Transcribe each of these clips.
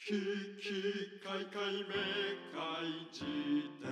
きかいかいめかいじ典。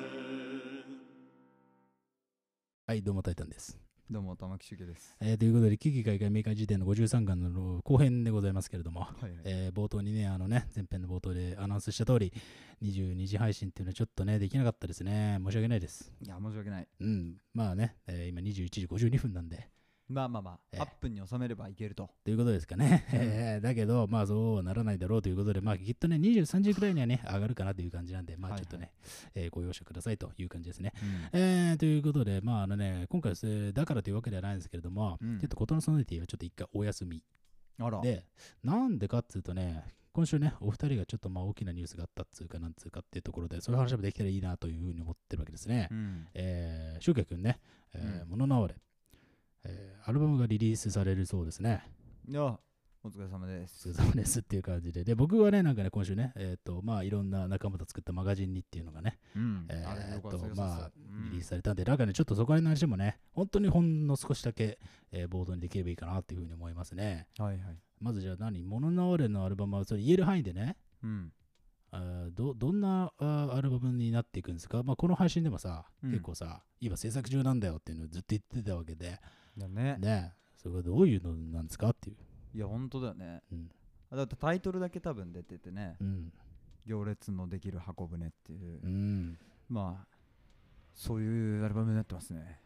はい、どうもタイタンです。 どうも玉木周家です。 ということで、危機開会明快辞典の53巻の後編でございますけれども、 はいはい。 冒頭にね、前編の冒頭でアナウンスした通り、22時配信っていうのはちょっとね、できなかったですね。申し訳ないです。 いや申し訳ない。 うん、まあね、今21時52分なんで、 まあ8分に収めればいけると。 ということですかね。だけど、まあそうはならないだろうということで、まあきっとね、23時くらいにはね、上がるかなという感じなんで、まあちょっとね、ご容赦くださいという感じですね。ということで、まあ今回はだからというわけではないんですけれども、ちょっと事のソノリティはちょっと一回お休み。 あら。 で、なんでかっつうとね、今週ね、お二人がちょっとまあ大きなニュースがあったっつうかなんつうかっていうところで、そういう話もできたらいいなというふうに思ってるわけですね。シュウケイ君ね、もののあれ、アルバムがリリースされるそうですね。 いや、お疲れ様です。 お疲れ様ですっていう感じで。で、僕はね、なんかね、今週ね、まあいろんな仲間と作ったマガジンにっていうのがね、まあリリースされたんで、なんかね、ちょっとそこら辺の話もね、本当にほんの少しだけ、冒頭にできればいいかなっていうふうに思いますね。 はいはい。 まずじゃあもののあれのアルバムはそれ言える範囲でね、どんなアルバムになっていくんですか。まあこの配信でもさ、結構さ、今制作中なんだよっていうのをずっと言ってたわけで、ね、それがどういうのなんですかっていう。 いや、本当だよね。だってタイトルだけ多分出ててね、行列のできる箱舟っていう、まあ、そういうアルバムになってますね。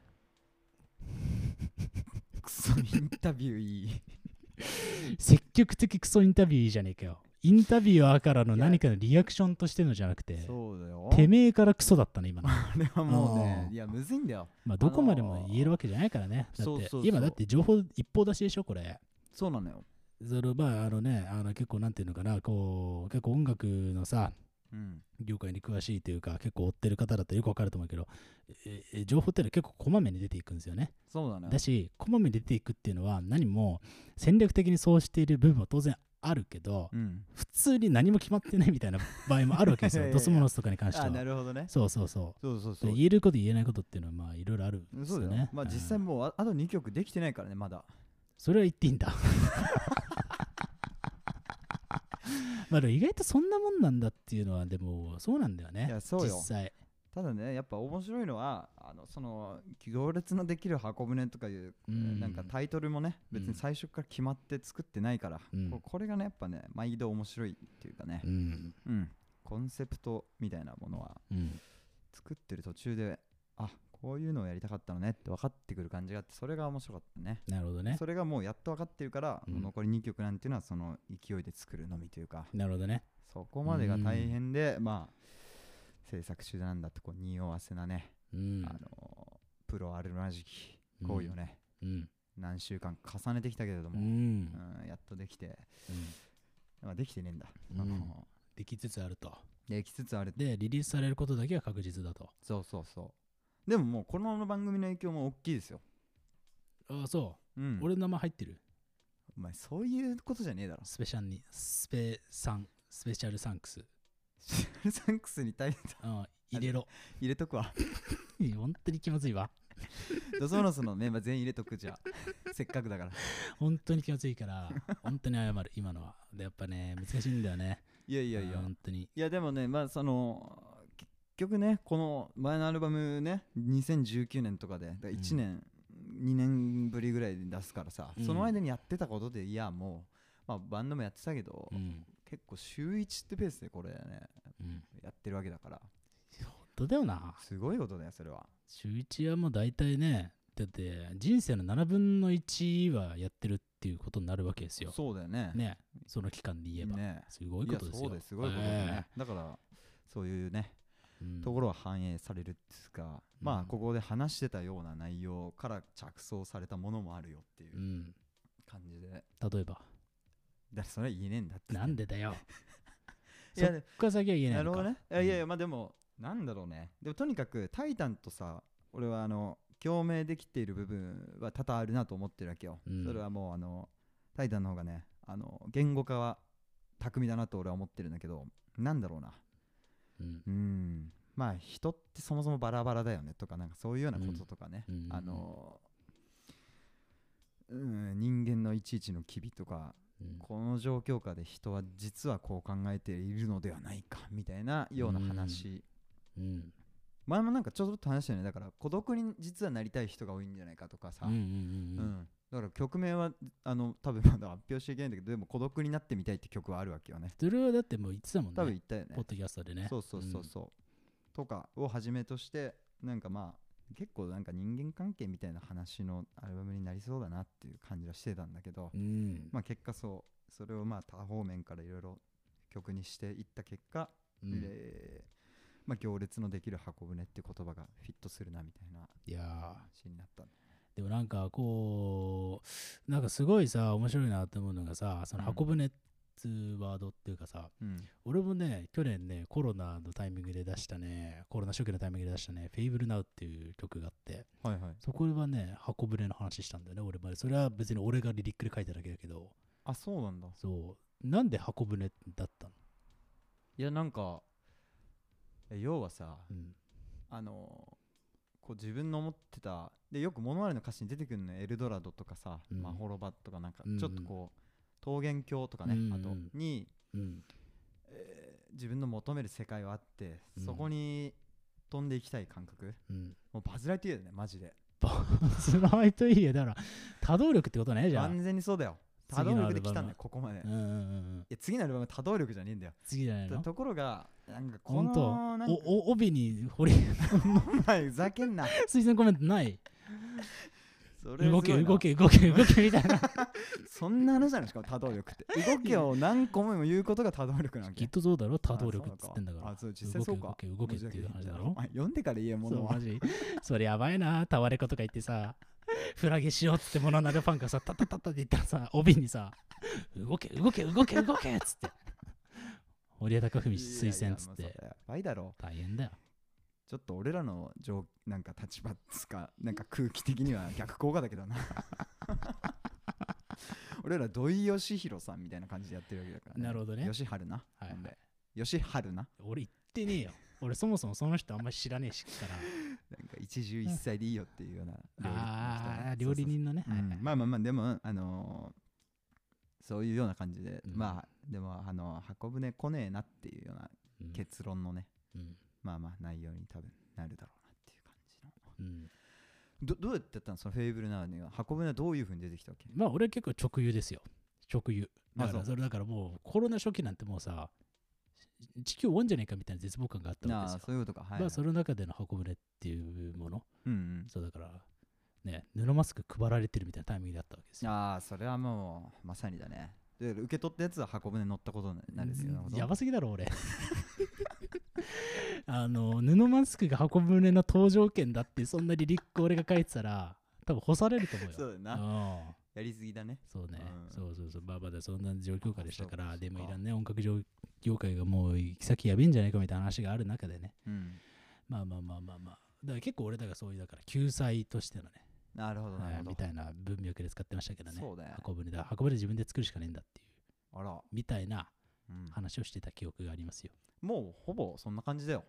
クソインタビューいい。 積極的クソインタビューじゃねえかよ。インタビュアーからの何かのリアクションとしてのじゃなくて、 そうだよ。 てめえからクソだったね、今の。 あれはもうね、いや、むずいんだよ。 まあ、どこまでも言えるわけじゃないからね。だって今だって情報一方出しでしょ、これ。 そうなのよ。 まあ、結構なんていうのかな、こう、結構音楽のさ、業界に詳しいというか、結構追ってる方だとよくわかると思うけど、情報ってのは結構こまめに出ていくんですよね。 そうだね。 だし、こまめに出ていくっていうのは、何も戦略的にそうしている部分は当然あるけど、普通に何も決まってないみたいな場合もあるわけですよ。ドスモノスとかに関しては。 なるほどね。 そう。言えること言えないことっていうのは、まあいろいろあるんですよね。 まあ実際もうあと2曲できてないからね、まだ。 それは言っていいんだ。まあ意外とそんなもんなんだっていうのは、でもそうなんだよね。 いや、そうよ。 実際。 ただね、やっぱ面白いのは、その行列のできる箱舟とかいう、なんかタイトルもね、別に最初から決まって作ってないから、これがね、やっぱね、毎度面白いっていうかね、コンセプトみたいなものは、作ってる途中で、あ、こういうのをやりたかったのねって分かってくる感じがあって、それが面白かったね。 なるほどね。 それがもうやっと分かってるから、残り2曲なんていうのはその勢いで作るのみというか、 なるほどね。 そこまでが大変で、まあ、制作中なんだってこう匂わせなね、プロあるまじき行為をね、何週間重ねてきたけれども、やっとできて、まあ、できてねえんだ、 できつつあると。 できつつある。 でリリースされることだけは確実だと。 そうでももうこの番組の影響も大きいですよ。 ああ、そう、俺の名前入ってる。 お前そういうことじゃねえだろ。 スペシャルサンクスサンクスに対して入れとくわ。 本当に気まずいわ。 ドソノスのメンバー全員入れとくじゃせっかくだから。 本当に気まずいから本当に謝る。今のはでやっぱね難しいんだよね。 いや本当に。 いやでもね、まあその結局ね、この前のアルバムね、2019年とかで1年、2年ぶりぐらいで出すからさ、その間にやってたことで、いやもう、まあ、バンドもやってたけど、結構週1ってペースでこれね、やってるわけだから。 本当だよな。 すごいことだよそれは。 週1はもう大体ね、だって人生の7分の1はやってるっていうことになるわけですよ。 そうだよね。 ね、その期間で言えば、すごいことですよ。 そうです、すごいことだね。だからそういうね、ところは反映されるっていうか、まあここで話してたような内容から着想されたものもあるよっていう感じで。 例えばだそれは言えねえんだって。 なんでだよ。 そっから先は言えないのか。 なるほどね。いやまあでもなんだろうね。でもとにかくタイタンとさ、俺は共鳴できている部分は多々あるなと思ってるわけよ。それはもうタイタンの方がね、言語化は巧みだなと俺は思ってるんだけど、なんだろうな。まあ人ってそもそもバラバラだよねとか、なんかそういうようなこととかね、人間のいちいちの機微とか、 この状況下で人は実はこう考えているのではないかみたいなような話、前もなんかちょっと話したよね。だから孤独に実はなりたい人が多いんじゃないかとかさ、だから曲名は多分まだ発表しちゃいけないんだけど、でも孤独になってみたいって曲はあるわけよね。 それはだってもう言ってたもんね、 多分言ったよね、 ポッドキャストでね。 そうとかをはじめとして、なんかまあ結構なんか人間関係みたいな話のアルバムになりそうだなっていう感じはしてたんだけど、まあ結果それをまあ多方面からいろいろ曲にしていった結果、まあ行列のできる箱舟って言葉がフィットするなみたいな話になった。 でもなんかこうなんかすごいさ面白いなって思うのがさ、その箱舟ってワードっていうかさ、俺もね去年ねコロナのタイミングで出したね、コロナ初期のタイミングで出したねフェイブルナウっていう曲があって、そこはね箱舟の話したんだよね俺まで。それは別に俺がリリックで書いただけだけど。 あ、そうなんだ。 そうなんで箱舟だったの？ いやなんか要はさ、こう自分の思ってたでよく物語の歌詞に出てくるのエルドラドとかさ、マホロバとかなんかちょっとこう桃源郷とかね、あとに、自分の求める世界はあって、そこに飛んでいきたい感覚、もうバズライトイヤーだねマジで。 バズライトイヤーだから多動力ってことね。じゃあ完全にそうだよ。多動力で来たんだよここまで。いや次のアルバムは多動力じゃねえんだよ。 次じゃないの？ ところがなんかこのなんか帯に掘りお前ふざけんな。 推薦コメントない。 それ動けみたいなそんな話じゃない。しかも多動力って動けを何個も言うことが多動力なんきっとそうだろ、多動力っつってんだから。 あ、そう実際そうか。 動けっていう話だろ。 読んでから言えものは。 それやばいな。タワレコとか言ってさフラゲしようっつってモノナルファンがさタタタタって言ったらさ帯にさ動けっつって堀江貴文推薦っつって。 やばいだろ。 大変だよ。 ちょっと俺らのなんか立場っつかなんか空気的には逆効果だけどな俺ら土井善弘さんみたいな感じでやってるわけだからね。なるほどね。 吉春な。吉春な。 俺言ってねえよ。俺そもそもその人あんまり知らねえしからなんか一汁一菜でいいよっていうような料理人のね。 まあでもそういうような感じで、まあでも箱舟来ねえなっていうような結論のね、まあ内容に多分なるだろうなっていう感じの、どうやってやったのそのフェイブルナウには。箱舟はどういう風に出てきたわけ？ まあ俺結構直輸ですよ。直輸だからそれだからもうコロナ初期なんてもうさ地球終わんじゃねえかみたいな絶望感があったわけですよ。 そういうことか。 まあその中での箱舟っていうもの、そうだからね布マスク配られてるみたいなタイミングだったわけですよ。 それはもうまさにだね。で受け取ったやつは箱舟乗ったことになるんですよ。 やばすぎだろ俺布マスクが箱舟の搭乗券だってそんなリリック俺が書いてたら多分干されると思うよ。 そうだな。やりすぎだね。 そうね。そうバーバーでそんな状況下でしたから、でもいらんね音楽業界がもう行き先やべえんじゃないかみたいな話がある中でね。まあだから結構俺だからそういうだから救済としてのね。 なるほどみたいな文脈で使ってましたけどね。 そうだよ。 箱舟自分で作るしかねえんだっていうみたいな話をしてた記憶がありますよ。 もうほぼそんな感じだよ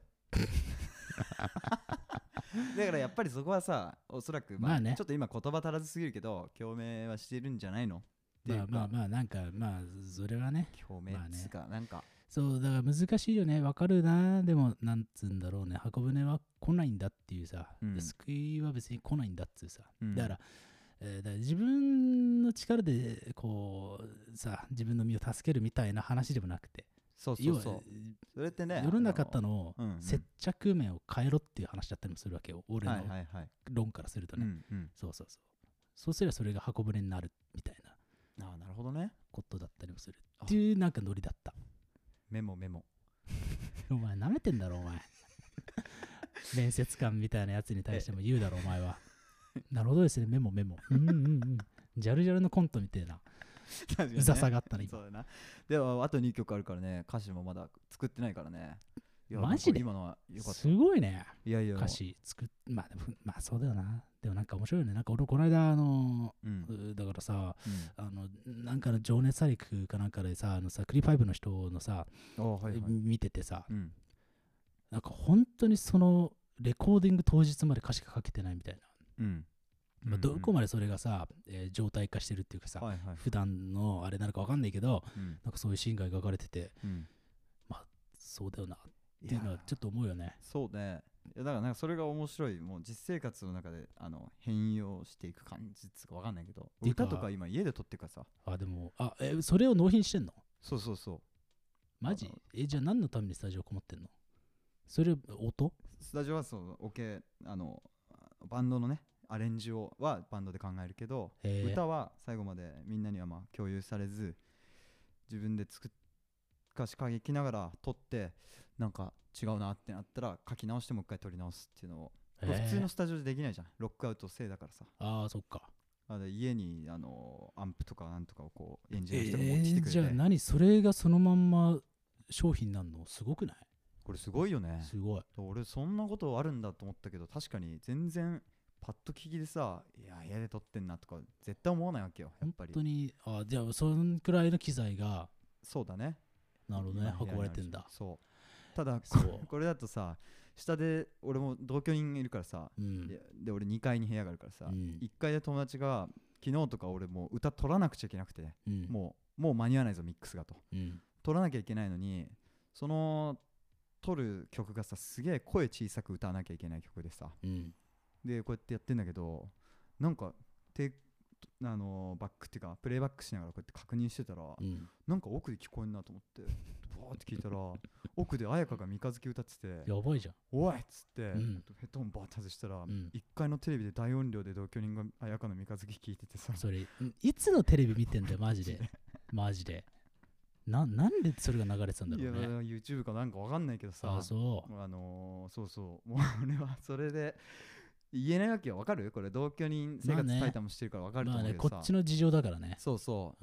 だからやっぱりそこはさ、おそらくまあね、ちょっと今言葉足らずすぎるけど共鳴はしてるんじゃないのっていうか、 まあなんかまあそれはね共鳴っつうかなんかそうだから難しいよね。わかるな。でもなんつうんだろうね、箱舟は来ないんだっていうさ、救いは別に来ないんだっていうさ、だから自分の力でこうさ自分の身を助けるみたいな話でもなくて、 そうそれってね世の中との接着面を変えろっていう話だったりもするわけよ、俺の論からするとね。そうすればそれが箱舟になるみたいななるほどねことだったりもするっていうなんかノリだった。 メモお前舐めてんだろお前面接官みたいなやつに対しても言うだろお前はなるほどですね、メモジャルジャルのコントみたいなうざさがあったね。 そうだな。でもあと2曲あるからね、歌詞もまだ作ってないからね。 マジで今のはよかった。 すごいね。 いや歌詞作っまあそうだよな。でもなんか面白いよね。なんか俺この間だからさ、なんかの情熱大陸かなんかでさクリファイブの人のさ、見ててさ、なんか本当にそのレコーディング当日まで歌詞が書けてないみたいな。 まあ、どこまでそれがさ、状態化してるっていうかさ、 はいはい、 普段のあれなのか分かんないけど、 うんなんかそういうシーンが描かれてて、 うんまあそうだよなっていうのはちょっと思うよね。 そうね。いやだからなんかそれが面白い。もう実生活の中で変容していく感じつかわかんないけど、 ていうか歌とか今家で撮ってるからさ。 あ、でも、それを納品してんの？ そうそうそう。 マジ？じゃあ何のためにスタジオこもってんの？それ音？ スタジオはそうオケバンドのねアレンジはバンドで考えるけど、歌は最後までみんなにはまあ共有されず、自分で歌詞書きながら撮って、なんか違うなってなったら書き直してもう一回撮り直すっていうのを、普通のスタジオでできないじゃん、ロックアウト制だからさ。 ああ、そっか。 家にアンプとかなんとかをこうエンジニアの人が持ってきてくれて、 じゃあ何それがそのまんま商品なんの？すごくない？ これすごいよね。 すごい。 俺そんなことあるんだと思ったけど、確かに全然パッと聞きでさ、いや家で撮ってんなとか絶対思わないわけよ、やっぱり。 本当に。じゃあそんくらいの機材が、 そうだね。 なるほどね、運ばれてんだ。 そうただそうこれだとさ、下で俺も同居人いるからさ、で俺2階に部屋があるからさ、1階で友達が昨日とか俺もう歌取らなくちゃいけなくて、もう間に合わないぞミックスがと、取らなきゃいけないのに、その取る曲がさ、すげえ声小さく歌わなきゃいけない曲でさ、でこうやってやってんだけど、なんかバックっていうかプレイバックしながらこうやって確認してたら、なんか奥で聞こえんなと思ってバーって聞いたら奥で彩香が三日月歌ってて、 やばいじゃん。 おいっつって、ヘッドホンバーって外したら、1階のテレビで大音量で同居人が彩香の三日月聞いててさ、 それいつのテレビ見てんだよマジでマジで。なんでそれが流れてたんだろうね。 いや YouTube かなんかわかんないけどさ、そうそうもう俺はそれで言えないわけよ。わかる？これ同居人生活タイタもしてるからわかると思うけどさ、 こっちの事情だからね。 そうそう、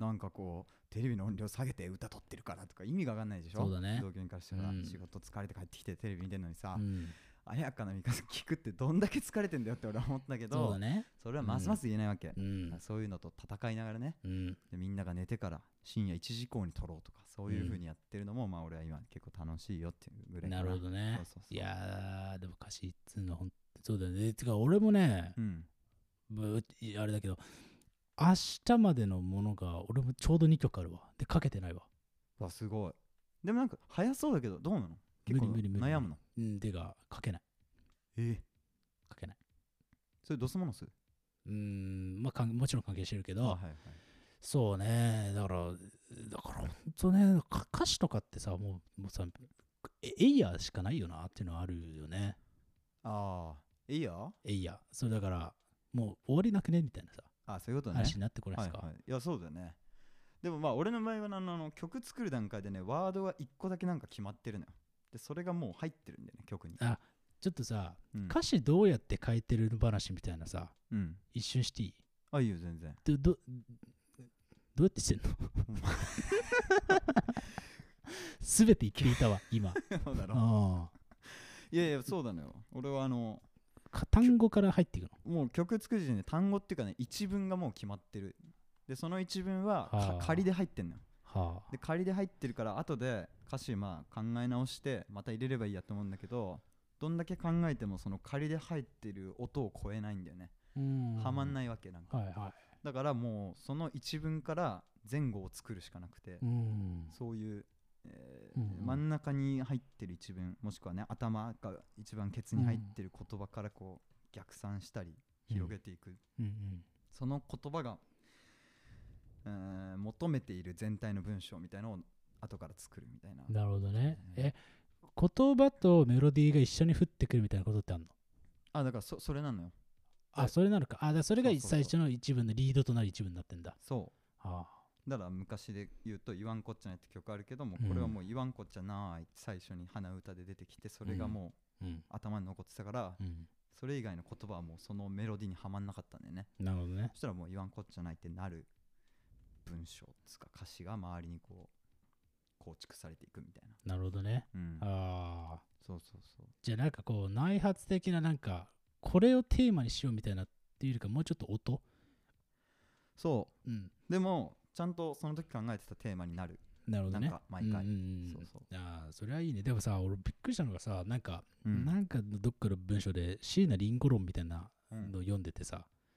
なんかこうテレビの音量下げて歌撮ってるからとか意味がわかんないでしょ。 そうだね。 同居人からしたら、仕事疲れて帰ってきてテレビ見てるのにさ、彩香の三日月聞くってどんだけ疲れてんだよって俺は思ったけど、 そうだね、 それはますます言えないわけ、そういうのと戦いながらね、でみんなが寝てから深夜1時以降に撮ろうとかそういう風にやってるのも、まあ俺は今結構楽しいよっていうぐらいかな。 なるほどね。 そうそうそう。 いやーでも歌詞っつうのほんそうだね。てか俺もね、あれだけど明日までのものが俺もちょうど2曲あるわ。でかけてないわ。 わすごい。でもなんか早そうだけどどうなの？結構無理悩むの？ てかかけない。かけない。 それドスモノス？ まあもちろん関係してるけど、 はいはい、 そうね。だから本当ね、歌詞とかってさ、もうさエイヤーしかないよなっていうのはあるよね。 ああ、エイヤー？ それだからもう終わりなくねみたいなさ、 そういうことね、 話になってこないですか。 いやそうだよね。でもまあ俺の場合は曲作る段階でね、ワードは1個だけなんか決まってるのよ。でそれがもう入ってるんだよね、曲に。 ちょっとさ、歌詞どうやって書いてる話みたいなさ、一瞬していい？ いいよ全然。 どうやってしてんの？すべて聞いたわ今。 そうだろう。いやいやそうだのよ。俺は単語から入っていくの？ もう曲作る時点で単語っていうかね、一文がもう決まってる。でその一文は仮で入ってんのよ。で仮で入ってるから後で歌詞まあ考え直してまた入れればいいやと思うんだけど、どんだけ考えてもその仮で入ってる音を超えないんだよね。はまんないわけなんか、だからもうその一文から前後を作るしかなくて、そういう、真ん中に入ってる一文、もしくはね頭が一番ケツに入ってる言葉からこう逆算したり広げていく、その言葉が求めている全体の文章みたいなのを後から作るみたいな。 なるほどね。言葉とメロディーが一緒に降ってくるみたいなことってあるの？ だからそれなのよ。 それなのか。だからそれが最初の一文のリードとなる一文になってんだ。 そう。だから昔で言うと言わんこっちゃないって曲あるけども、これはもう言わんこっちゃない最初に鼻歌で出てきて、それがもう頭に残ってたから、それ以外の言葉はもうそのメロディーにはまんなかったんだよね。 なるほどね。 そしたらもう言わんこっちゃないってなる文章つか歌詞が周りにこう構築されていくみたいな。 なるほどね。 そうそうそう。 じゃあなんかこう内発的ななんかこれをテーマにしようみたいなっていうよりかもうちょっと音。 そう。でもちゃんとその時考えてたテーマになる。 なるほどね。 なんか毎回。 そうそう。それはいいね。でもさ、俺びっくりしたのがさ、なんかどっかの文章で椎名林檎論みたいなのを読んでてさ、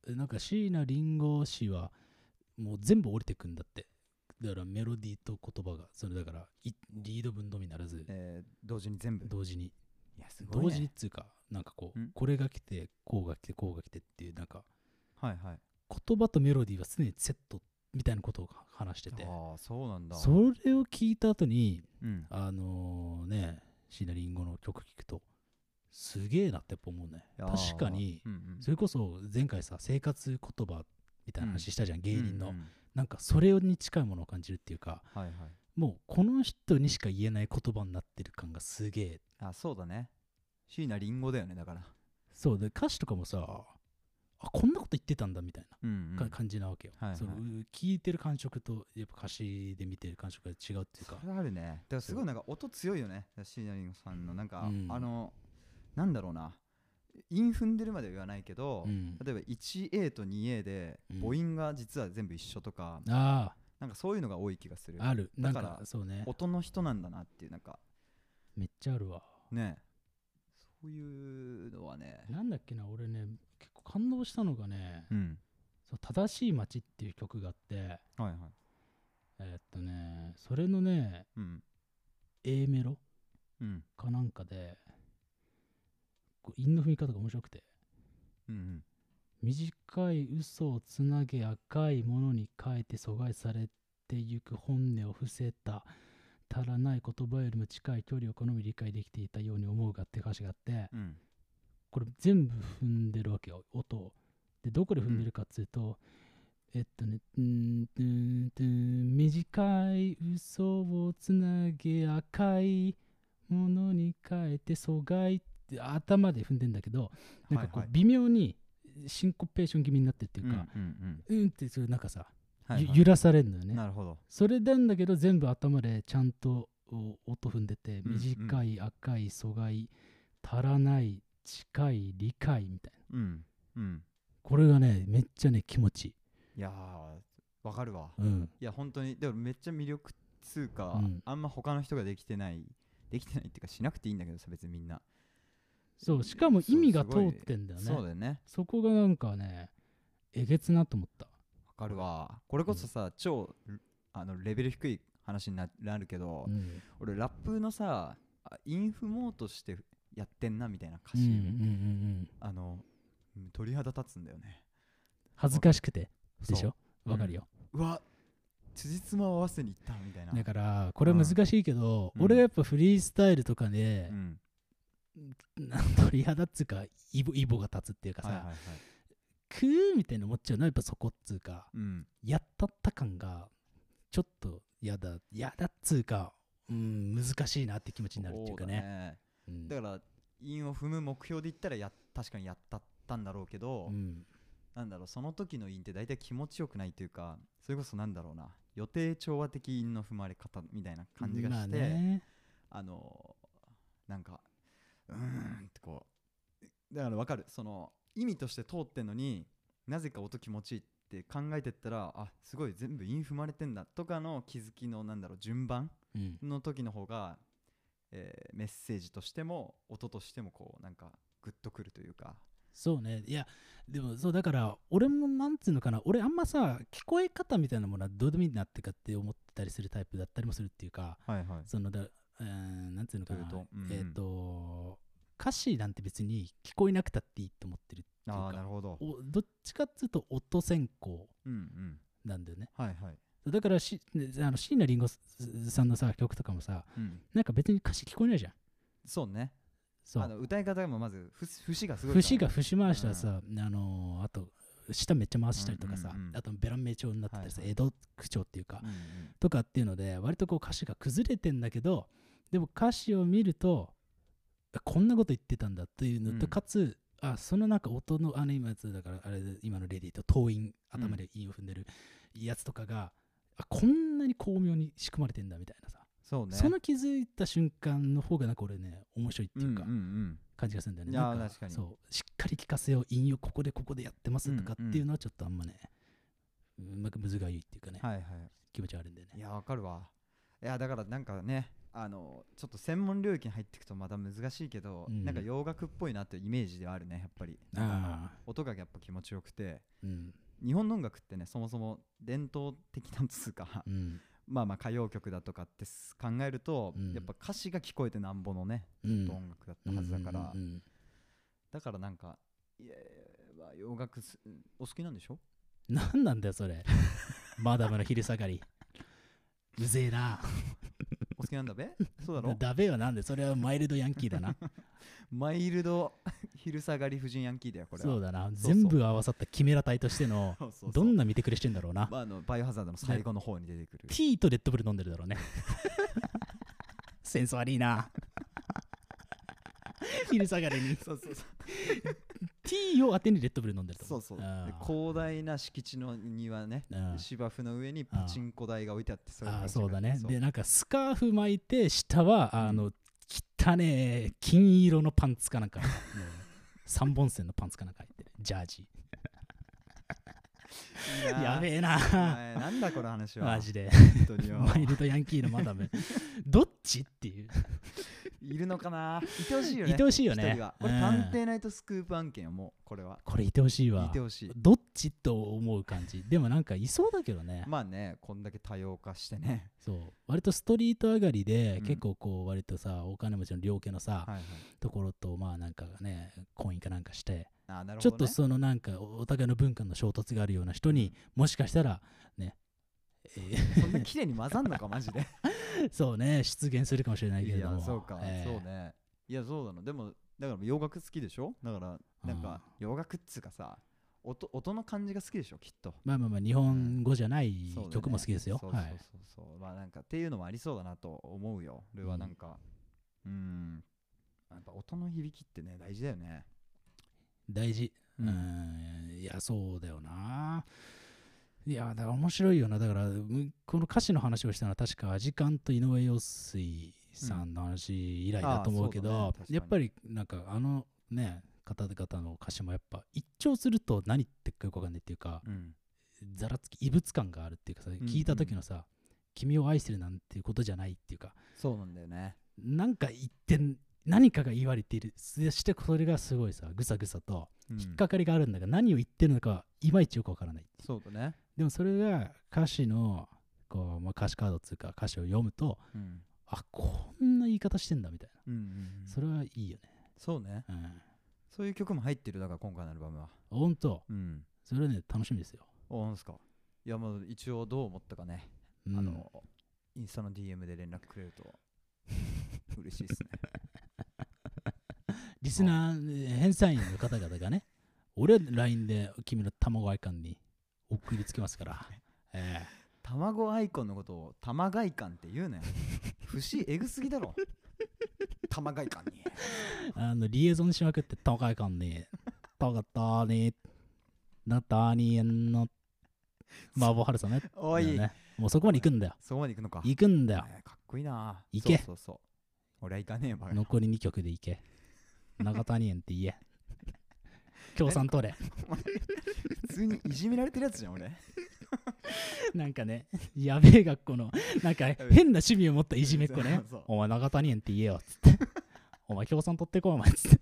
なんか椎名林檎氏はもう全部降りてくんだって。だからメロディーと言葉がそれだからリード分のみならず、 同時に全部。 同時に。 いやすごいね。 同時にっつうか、なんかこうこれが来てこうが来てこうが来てっていうなんか、 はいはい。 言葉とメロディーは常にセットみたいなことを話してて、 ああそうなんだ。 それを聞いた後に、 うん、 椎名林檎の曲聞くとすげえなってやっぱ思うね。確かに、それこそ前回さ生活言葉みたいな話したじゃん、芸人の、なんかそれに近いものを感じるっていうか、 はいはい、 もうこの人にしか言えない言葉になってる感がすげえ。 あ、そうだね。椎名林檎だよね、だから。 そうで、歌詞とかもさ、あ、こんなこと言ってたんだみたいな、感じなわけよ、その聞いてる感触とやっぱ歌詞で見てる感触が違うっていうか。 それあるね。だからすごいなんか音強いよね、椎名林檎さんの。なんか、なんだろうな、韻踏んでるまでは言わないけど、例えば 1A と 2A で母音が実は全部一緒とか、なんかそういうのが多い気がする。 ある。 だからそうね、 音の人なんだなっていう、なんかめっちゃあるわね。そういうのはね、 なんだっけな、俺ね結構感動したのがね、そう正しい街っていう曲があって、 はいはい、 それのね、A メロ、かなんかで韻の踏み方が面白くて、短い嘘をつなげ赤いものに変えて阻害されてゆく本音を伏せた足らない言葉よりも近い距離を好み理解できていたように思うがって歌詞があって、これ全部踏んでるわけよ、音を。でどこで踏んでるかっつうと、短い嘘をつなげ赤いものに変えて阻害って頭で踏んでんだけど、なんかこう微妙にシンコペーション気味になってるっていうか、ってそれなんかさ、揺らされるのよね。 なるほど。 それなんだけど全部頭でちゃんと音踏んでて、短い赤い阻害足らない近い理解みたいな、これがねめっちゃね気持ちいい。 いやーわかるわ、いや本当にでもめっちゃ魅力つうか、あんま他の人ができてないっていうかしなくていいんだけどさ、別にみんな。 そう、しかも意味が通ってんだよね。 そうだよね。 そこがなんかねえげつなと思った。 わかるわ。これこそさ、超レベル低い話になるけど、俺ラップのさインフモーとしてやってんなみたいな歌詞、鳥肌立つんだよね。 恥ずかしくてでしょ。わかるよ。 うわ辻褄を合わせにいったみたいな。 だからこれ難しいけど、俺がやっぱフリースタイルとかで、鳥肌っつうかイボが立つっていうかさ、クーみたいな思っちゃうのはやっぱそこっつうか、やったった感がちょっとやだっつうか、難しいなって気持ちになるっていうかね。 だから韻を踏む目標で言ったら確かにやったんだろうけど、なんだろう、その時の韻って大体気持ちよくないというか、それこそなんだろうな、予定調和的韻の踏まれ方みたいな感じがして、なんかってこう、だから分かる、その意味として通ってんのになぜか音気持ちいいって考えてったら、あ、すごい全部韻踏まれてんだとかの気づきのなんだろう順番の時の方が、メッセージとしても音としてもこうなんかグッとくるというか。 そうね。いやでもそうだから俺もなんつうのかな、俺あんまさ聞こえ方みたいなものはどうでもいいなってかって思ってたりするタイプだったりもするっていうか、そのなんつうのかな、歌詞なんて別に聞こえなくたっていいと思ってるっていうか、 なるほど。 どっちかっつうと音先行なんだよね。だから椎名林檎さんのさ曲とかもさ、なんか別に歌詞聞こえないじゃん。 そうね。歌い方もまず節がすごい、 節回したらさ、あと舌めっちゃ回したりとかさ、あとベラン名調になってたりさ、江戸口調っていうか、とかっていうので割とこう歌詞が崩れてんだけど、でも歌詞を見るとこんなこと言ってたんだっていうのと、かつそのなんか音の今やつだから今のレディと遠音頭で韻を踏んでるやつとかが、こんなに巧妙に仕組まれてんだみたいなさ、その気づいた瞬間の方がなんか俺ね面白いっていうか感じがするんだよね。なんか確かにそうしっかり聞かせよう、韻をここでやってますとかっていうのはちょっとあんまね、むずがゆいっていうかね、気持ち悪いんだよね。 いやわかるわ。いやだからなんかね、 ちょっと専門領域に入っていくとまだ難しいけど、 うんなんか洋楽っぽいなっていうイメージではあるねやっぱり。音がやっぱ気持ちよくて、 うん、 日本の音楽ってねそもそも伝統的なつうか、 うん、 まあまあ歌謡曲だとかって考えると、やっぱ歌詞が聞こえてなんぼのね、ずっと音楽だったはずだから、だからなんか洋楽お好きなんでしょ。 なんなんだよそれマダムの昼下がりうぜえなお好きなんだべそうだろだべはなんでそれはマイルドヤンキーだなマイルド昼下がり婦人ヤンキーだよこれは。 そうだな、全部合わさったキメラ隊としてのどんな見てくれしてんだろうな。 まあ、バイオハザードの最後の方に出てくるティーとレッドブル飲んでるだろうねセンス悪いな昼下がりにそうそうそうティーを当てにレッドブル飲んでると。 そうそうで広大な敷地の庭ね、芝生の上にパチンコ台が置いてあって、 そうだね。でなんかスカーフ巻いて下は汚ねえ金色のパンツかなんか3本線のパンツかなんか入ってるジャージやべえななんだこの話はマジで本当によマイルドヤンキーのマダムどっちっていういるのかないてほしいよね。 いてほしいよね。 これ探偵ナイトスクープ案件よ。もうこれはこれいてほしいわ。 いてほしい。 どっちと思う感じでもなんかいそうだけどね。 まあね、こんだけ多様化してね。 そう割とストリート上がりで、結構こう割とさお金持ちの両家のさ、ところとまあなんかね婚姻かなんかして、ちょっとそのなんかお互いの文化の衝突があるような人にもしかしたらねそんな綺麗に混ざんのかマジでそうね出現するかもしれないけれども。 いやそうか、そうね。いやそうだな。でもだから洋楽好きでしょ。だからなんか洋楽っつうかさ音の感じが好きでしょきっと。 まあ日本語じゃない曲も好きですよ。 そうまあなんかっていうのもありそうだなと思うよ。俺はなんかやっぱ音の響きってね大事だよね。 大事。いやそうだよな。いやだから面白いよな。だからこの歌詞の話をしたのは確かアジカンと井上陽水さんの話以来だと思うけど、やっぱりなんかね方々の歌詞もやっぱ一聴すると何言ってるかよくわかんないっていうか、ざらつき異物感があるっていうかさ、聞いた時のさ、君を愛してるなんていうことじゃないっていうか、 そうなんだよね。 なんか言って何かが言われている。そしてそれがすごいさぐさぐさと引っかかりがあるんだが、何を言ってるのかいまいちよくわからない。 そうだね。 でもそれが歌詞のこう、歌詞カードっていうか歌詞を読むと、あこんな言い方してんだみたいな、それはいいよね。 そうね、そういう曲も入ってる。だから今回のアルバムはほんと、それはね楽しみですよ。 ほんすか。いやもう一応どう思ったかね、インスタの DM で連絡くれると嬉しいですねリスナー返済員の方々がね俺は LINE で君の卵アイコンに送りつけますから卵アイコンのことを卵アイコンって言うなよ節エグすぎだろ卵アイコンにリエゾンしまくって卵アイコンにとがたになたにえんの麻婆春雨おい、 ね、もうそこまで行くんだよ。 そこまで行くのか。 行くんだよ。 かっこいいな。 行け。 そう俺は行かねえば。 残り2曲で行け。長谷園って言え。共産取れ。 普通にいじめられてるやつじゃん俺。 なんかね、やべえ学校のなんか変な趣味を持ったいじめっ子ね。お前長谷園って言えよっつって。お前共産取ってこいお前っつって。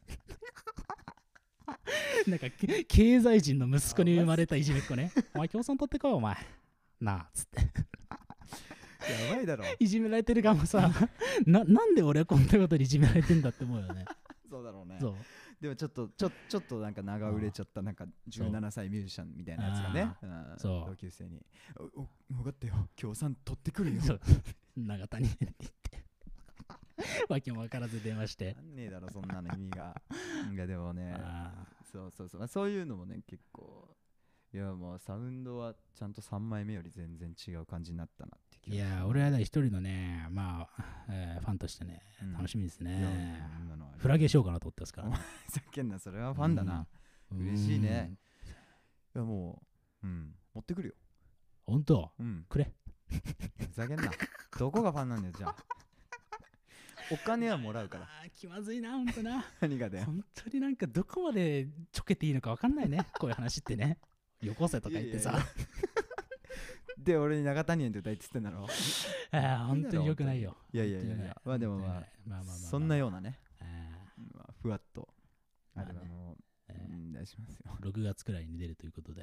なんか経済人の息子に生まれたいじめっ子ね。お前共産取ってこいお前なあっつって。 やばいだろ。 いじめられてる側もさなんで俺はこんなことにいじめられてんだって思うよね。 そうだろうね。 そうでもちょっとなんか長売れちゃったなんか17歳ミュージシャンみたいなやつがね、同級生に分かったよ共産取ってくるよ長谷って言ってわけも分からず出まして。 なんねえだろそんなの意味が。いやでもね、そういうのもね結構いやもうサウンドはちゃんと3枚目より全然違う感じになったなって気が。 いや俺は一人のねまあ、ファンとしてね、楽しみですね。フラゲしようかなと思ってますから、ね、 ざけんなそれはファンだな、嬉しいね。いやもう持ってくるよほんと、くれふざけんなどこがファンなんだよじゃあお金はもらうから気まずいなほんとな何がだよ本当になんかどこまでちょけていいのか分かんないねこういう話ってねよこせとか言ってさで俺に長谷園って歌いって言ってんだろ。 本当に良くないよ。 いやいやいやいや、まあでもまあそんなようなね、ふわっとあれはもう出しますよ。 6月くらいに出るということで、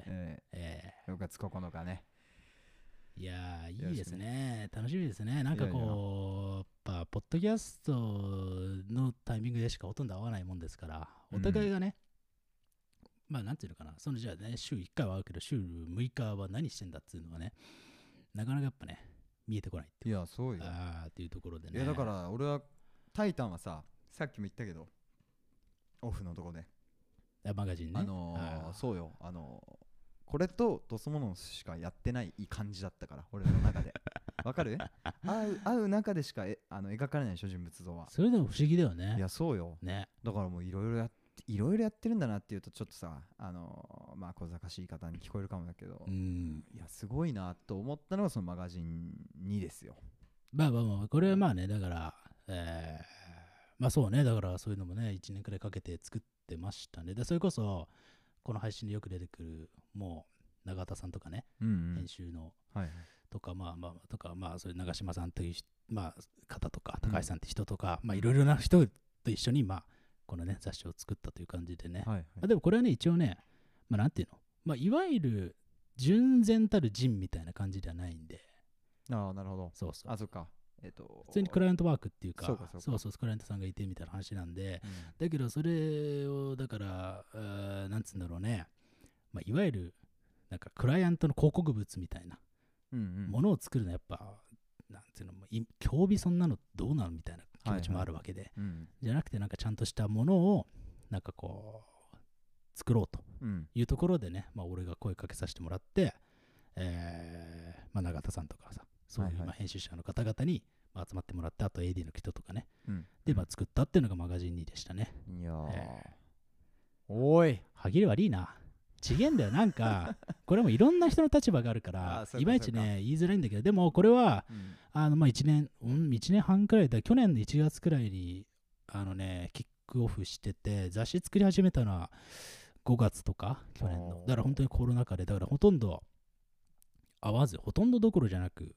6月9日ね。 いやー、いいですね。楽しみですね。なんかこう、やっぱ、ポッドキャストのタイミングでしかほとんど会わないもんですから、お互いがね、まあ、なんていうのかな、そのじゃあね、週1回は会うけど、週6日は何してんだっていうのはね、なかなかやっぱね、見えてこないっていう。 いや、そうよ。 っていうところでね。 いや、だから俺は、タイタンはさ、さっきも言ったけど、オフのとこで。 マガジンね。 そうよ。これとドスモノスしかやってない感じだったから、俺の中で。わかる？会う中でしか描かれないでしょ、人物像は。 それでも不思議だよね。 いや、そうよ。 ね。 だからもういろいろやってるんだなっていうと、ちょっとさ、まあ小賢しい言い方に聞こえるかもだけど、いや、すごいなと思ったのがそのマガジン2ですよ。 まあ、これはまあね、だから、まあそうね、だからそういうのもね、1年くらいかけて作ってましたね。で、それこそ、この配信でよく出てくる、もう、永田さんとかね、編集の、とか、まあ、そういう長嶋さんという、まあ、方とか、高橋さんって人とか、まあ、いろいろな人と一緒に、まあ、このね、雑誌を作ったという感じでね。でもこれはね、一応ね、まあ、なんていうの、まあ、いわゆる、純然たる人みたいな感じではないんで。 ああ、なるほど。 そうそう。 そっか。 普通にクライアントワークっていうか、 そうクライアントさんがいてみたいな話なんで、だけどそれを、だから、なんつうんだろうね、まあ、いわゆる、なんかクライアントの広告物みたいなものを作るのはやっぱ、なんていうの、興味そんなのどうなのみたいな気持ちもあるわけで、じゃなくてなんかちゃんとしたものを、なんかこう、作ろうというところでね、まあ俺が声かけさせてもらって、まあ永田さんとかさ、そういう編集者の方々に集まってもらって、あと AD の人とかね、で、まあ作ったっていうのがマガジン2でしたね。 いやおい歯切れ悪いな。ちげんだよ、なんか、これもいろんな人の立場があるから、いまいちね、言いづらいんだけど、でもこれは、まあ1年半くらいだ、去年の1月くらいに、キックオフしてて、雑誌作り始めたのは5月とか、去年の。だから本当にコロナ禍で、だからほとんど会わず、ほとんどどころじゃなく、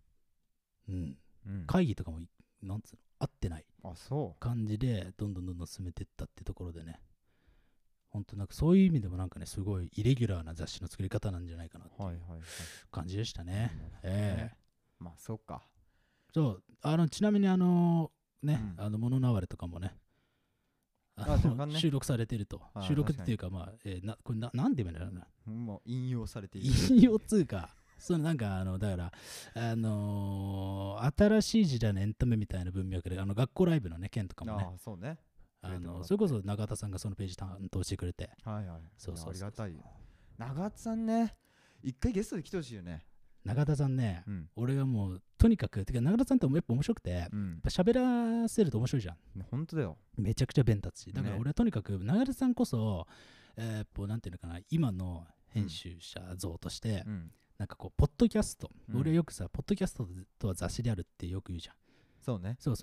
会議とかも、なんつうの、合ってない感じで、どんどん進めていったってところでね。本当なんかそういう意味でもなんかね、すごいイレギュラーな雑誌の作り方なんじゃないかなっていう感じでしたね。 まあそうか。 そう、ちなみにね、物のあわれとかもね、収録されてると。収録っていうか、まあ、これなんて言うんだろうな。 もう引用されている。 引用つうか、なんかだから、新しい時代のエンタメみたいな文脈で、学校ライブのね、件とかもね。 そうね。 それこそ永田さんがそのページ担当してくれて。 そうありがたいよ。永田さんね、一回ゲストで来てほしいよね。 永田さんね、俺がもうとにかく、永田さんってやっぱ面白くて、やっぱ喋らせると面白いじゃん。 本当だよ。 めちゃくちゃ弁立つし、だから俺はとにかく永田さんこそ、なんていうのかな、今の編集者像として、なんかこう、ポッドキャスト、俺はよくさ、ポッドキャストとは雑誌であるってよく言うじゃん。 そうね。 そう、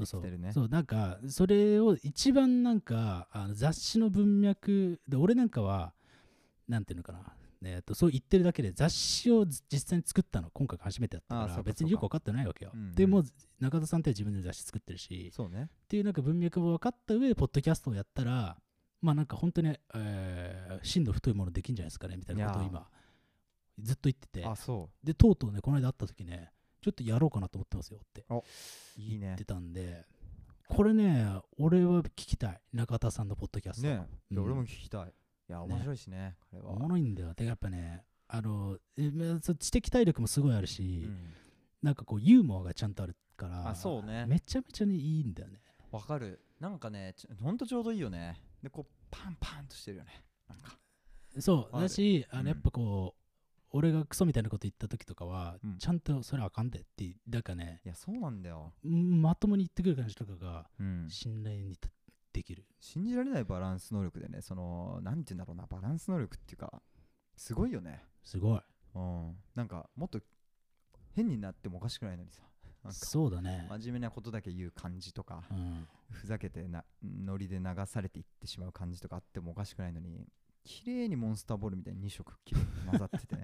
なんかそれを一番なんか雑誌の文脈で、俺なんかはなんていうのかな、そう言ってるだけで雑誌を実際に作ったの今回初めてだったから別によく分かってないわけよ。でも中田さんって自分で雑誌作ってるし、っていうなんか文脈も分かった上でポッドキャストをやったら、まあなんか本当に深度太いものできんじゃないですかねみたいなことを今ずっと言ってて、でとうとうねこの間会った時ね、ちょっとやろうかなと思ってますよって言ってたんで、これね、俺は聞きたい。中田さんのポッドキャスト。 ね、俺も聞きたい。いや、面白いしね、彼は。 おもろいんだよ。で、やっぱね、知的体力もすごいあるし、なんかこう、ユーモアがちゃんとあるから、めちゃめちゃね、いいんだよね。 わかる。なんかね、ほんとちょうどいいよね。で、こう、パンパンとしてるよね。なんか。 そうだし、やっぱこう、俺がクソみたいなこと言った時とかは、ちゃんとそれあかんでって、だからね、 いや、そうなんだよ。 まともに言ってくる感じとかが、信頼にできる。 信じられないバランス能力でね、なんて言うんだろうな、バランス能力っていうか、すごいよね。 すごい。 なんか、もっと変になってもおかしくないのにさ。 そうだね。 真面目なことだけ言う感じとか、ふざけてノリで流されていってしまう感じとかあってもおかしくないのに、綺麗にモンスターボールみたいに2色きれいに混ざっててね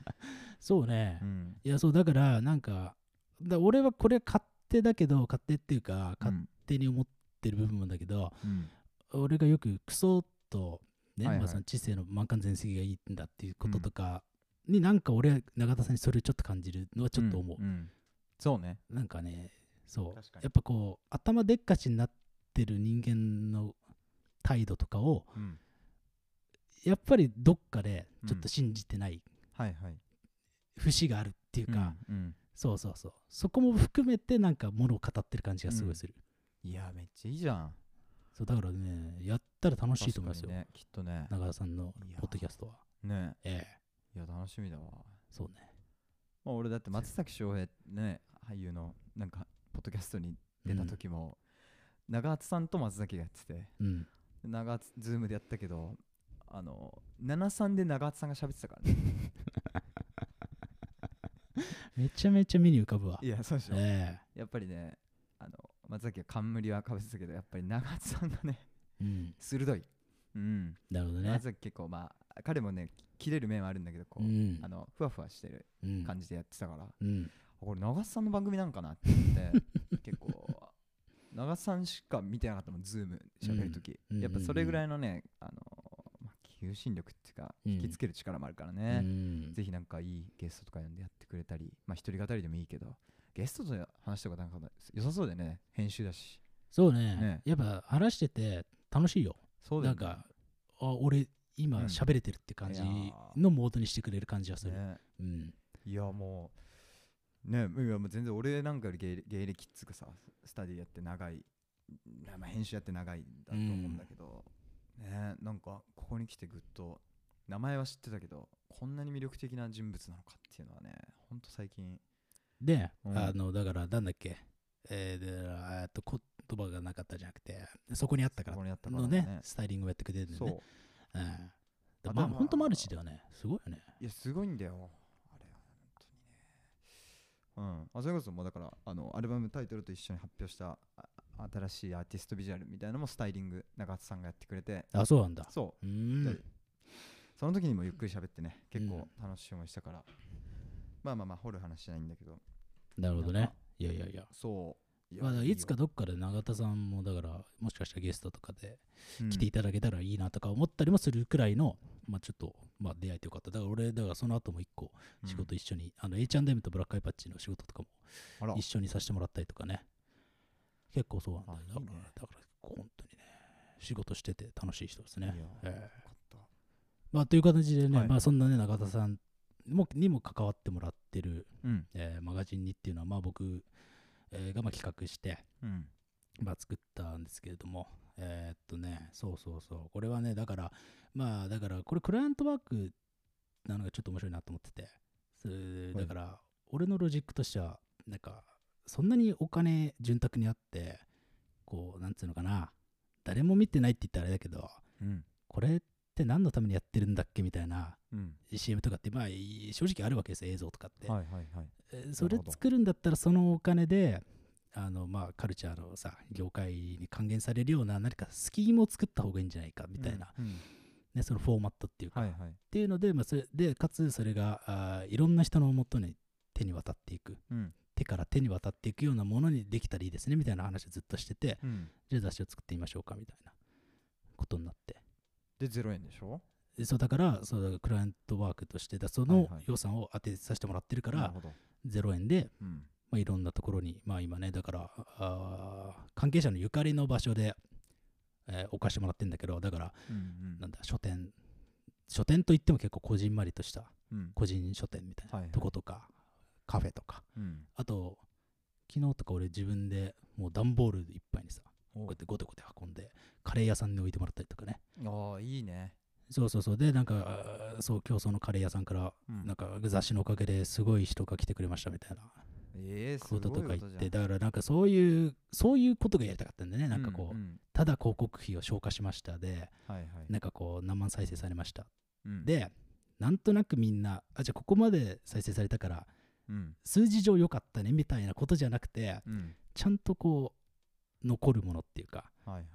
そうね、 うんいやそうだからなんか俺はこれ勝手だけど、勝手っていうか勝手に思ってる部分もだけど、 うん俺がよくクソとね、 はいはいまあ、その知性の満貫全席がいいんだっていうこととかに、なんか俺は永田さんにそれをちょっと感じるのはちょっと思う、 うんうんそうね。 なんかね、そう確かにやっぱこう頭でっかちになってる人間の態度とかをうんやっぱりどっかでちょっと信じてないはいはい。 節があるっていうか、 うんそうそうそう、そこも含めてなんかものを語ってる感じがすごいする、 いやめっちゃいいじゃん。 そうだからね、やったら楽しいと思いますよ、 確かにね、きっとね。 永田さんのいやポッドキャストは。 ねええ、 いや楽しみだわ。 そうね。 まあ、俺だって松崎翔平ね、俳優のなんかポッドキャストに出た時も、長津さんと松崎がやってて、 うん。 長津ズームでやったけど、73で長津さんが喋ってたからね。 めちゃめちゃ目に浮かぶわ。 いやそうでしょ、 えやっぱりね、松崎は冠はかぶせてたけど、やっぱり長津さんがねえ、うん。 鋭い。うん。 なるほどね松。崎結構まあ彼もね切れる面はあるんだけど、こう、 うん。 ふわふわしてるうん。 感じでやってたから、 うん。 これ長津さんの番組なんかなって思って結構長津さんしか見てなかったもん、ズーム喋るとき、 うんやっぱそれぐらいのね、まあ、求心力っていうかうん引きつける力もあるからうね、 ん。 ぜひなんかいいゲストとか呼んでやってくれたり、まあ一人語りでもいいけどゲストと話したことなんか良さそうでね、編集だし。 そうね。 ねやっぱ話してて楽しいよ。 そうだよね。 なんか、俺今うん喋れてるって感じいやーのモードにしてくれる感じがする。 ねうん。 いやもうね、いやもう全然俺なんかより芸歴っつうかさ、スタディやって長い、まあ、編集やって長いんだと思うんだけど、ね、なんかここに来てぐっと名前は知ってたけど、こんなに魅力的な人物なのかっていうのはね、ほんと最近。 で、 うんだからなんだっけ、で言葉がなかったじゃなくて、そこにあったからそこにあったからのねね、スタイリングをやってくれてるんだそうよね。まあ、 頭本当マルチだよね。すごいよね。 いやすごいんだよあれは本当にね。それこそもうだからアルバムタイトルと一緒に発表した新しいアーティストビジュアルみたいなのもスタイリング長津さんがやってくれて、 あ、そうなんだ。 そううーん。 でその時にもゆっくり喋ってね、結構楽しい思いしたから、まあ掘る話じゃないんだけど、 なるほどねなんか。 いやいやいや。 そうまあ、 いいよいつかどっかで永田さんもだからもしかしたらゲストとかでうん来ていただけたらいいなとか思ったりもするくらいの、まあちょっとまあ出会えてよかった。だから俺だからその後も一個仕事一緒に、H&M とブラックアイパッチの仕事とかもあら一緒にさせてもらったりとかね、結構そうなんだよ。 あいいねだから本当にね仕事してて楽しい人ですね。 いやええよかったまあという形でね、 はいまあそんなね永田さんにも関わってもらってる、 うんマガジンにっていうのはまあ僕、がまあ企画してうんまあ、作ったんですけれども、そう、これはね、だから、まあ、だから、これ、クライアントワークなのがちょっと面白いなと思ってて、それだから、俺のロジックとしては、なんか、そんなにお金潤沢にあって、こう、なんつうのかな、誰も見てないって言ったらあれだけど、 うんこれって何のためにやってるんだっけみたいなうん CM とかって、まあ、正直あるわけですよ、映像とかって。 はいはいはいそれ作るんだったら、そのお金で、まあ、カルチャーのさ業界に還元されるような何かスキームを作った方がいいんじゃないかみたいな、 うんね、そのフォーマットっていうか、 はいはいっていうので、まあ、それでかつそれがいろんな人のもとに手に渡っていく、 うん手から手に渡っていくようなものにできたらいいですねみたいな話をずっとしてて、 うんじゃあ雑誌を作ってみましょうかみたいなことになって、 で0円でしょ。 でそうだからクライアントワークとしてそのはいはい予算を当てさせてもらってるからなるほど 0円で、 うんまあ、いろんなところに、まあ今ね、だから、関係者のゆかりの場所で、置かしてもらってるんだけど、だから、 うんなんだ、書店といっても結構こじんまりとしたうん個人書店みたいはいはないとことか、カフェとか、 うんあと、昨日とか俺自分でもう段ボールいっぱいにさ、 おこうやってゴテゴテ運んで、カレー屋さんに置いてもらったりとかね。 ああいいね。 そう。で、なんか、そう、今日そのカレー屋さんから、 うんなんか雑誌のおかげですごい人が来てくれましたみたいなすごいこととか言って、 じゃんだからなんかそういうことがやりたかったんでね、なんかこう、 んただ広告費を消化しましたで、 はいはいなんかこう何万再生されました。 うんで、なんとなくみんな、じゃあここまで再生されたから、 うん数字上良かったねみたいなことじゃなくて、 うんちゃんとこう、残るものっていうか、 はいはい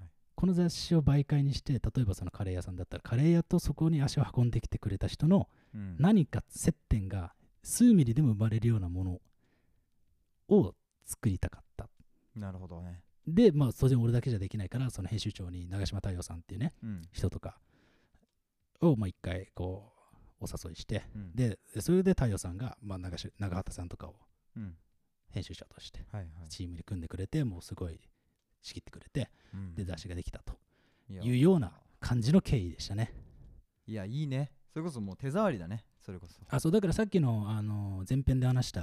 この雑誌を媒介にして、例えばそのカレー屋さんだったら、カレー屋とそこに足を運んできてくれた人の何か接点が数ミリでも生まれるようなものを作りたかった。 なるほどね。 で、まあ、当然俺だけじゃできないから、その編集長に長嶋太陽さんっていうね、人とかをまあ一回こうお誘いして、で、それで太陽さんが、まあ、長畑さんとかを編集者としてチームに組んでくれて、もうすごい仕切ってくれて、で、雑誌ができたというような感じの経緯でしたね。 いや、いいね。それこそもう手触りだね、それこそ。 そう、だからさっきの、前編で話した、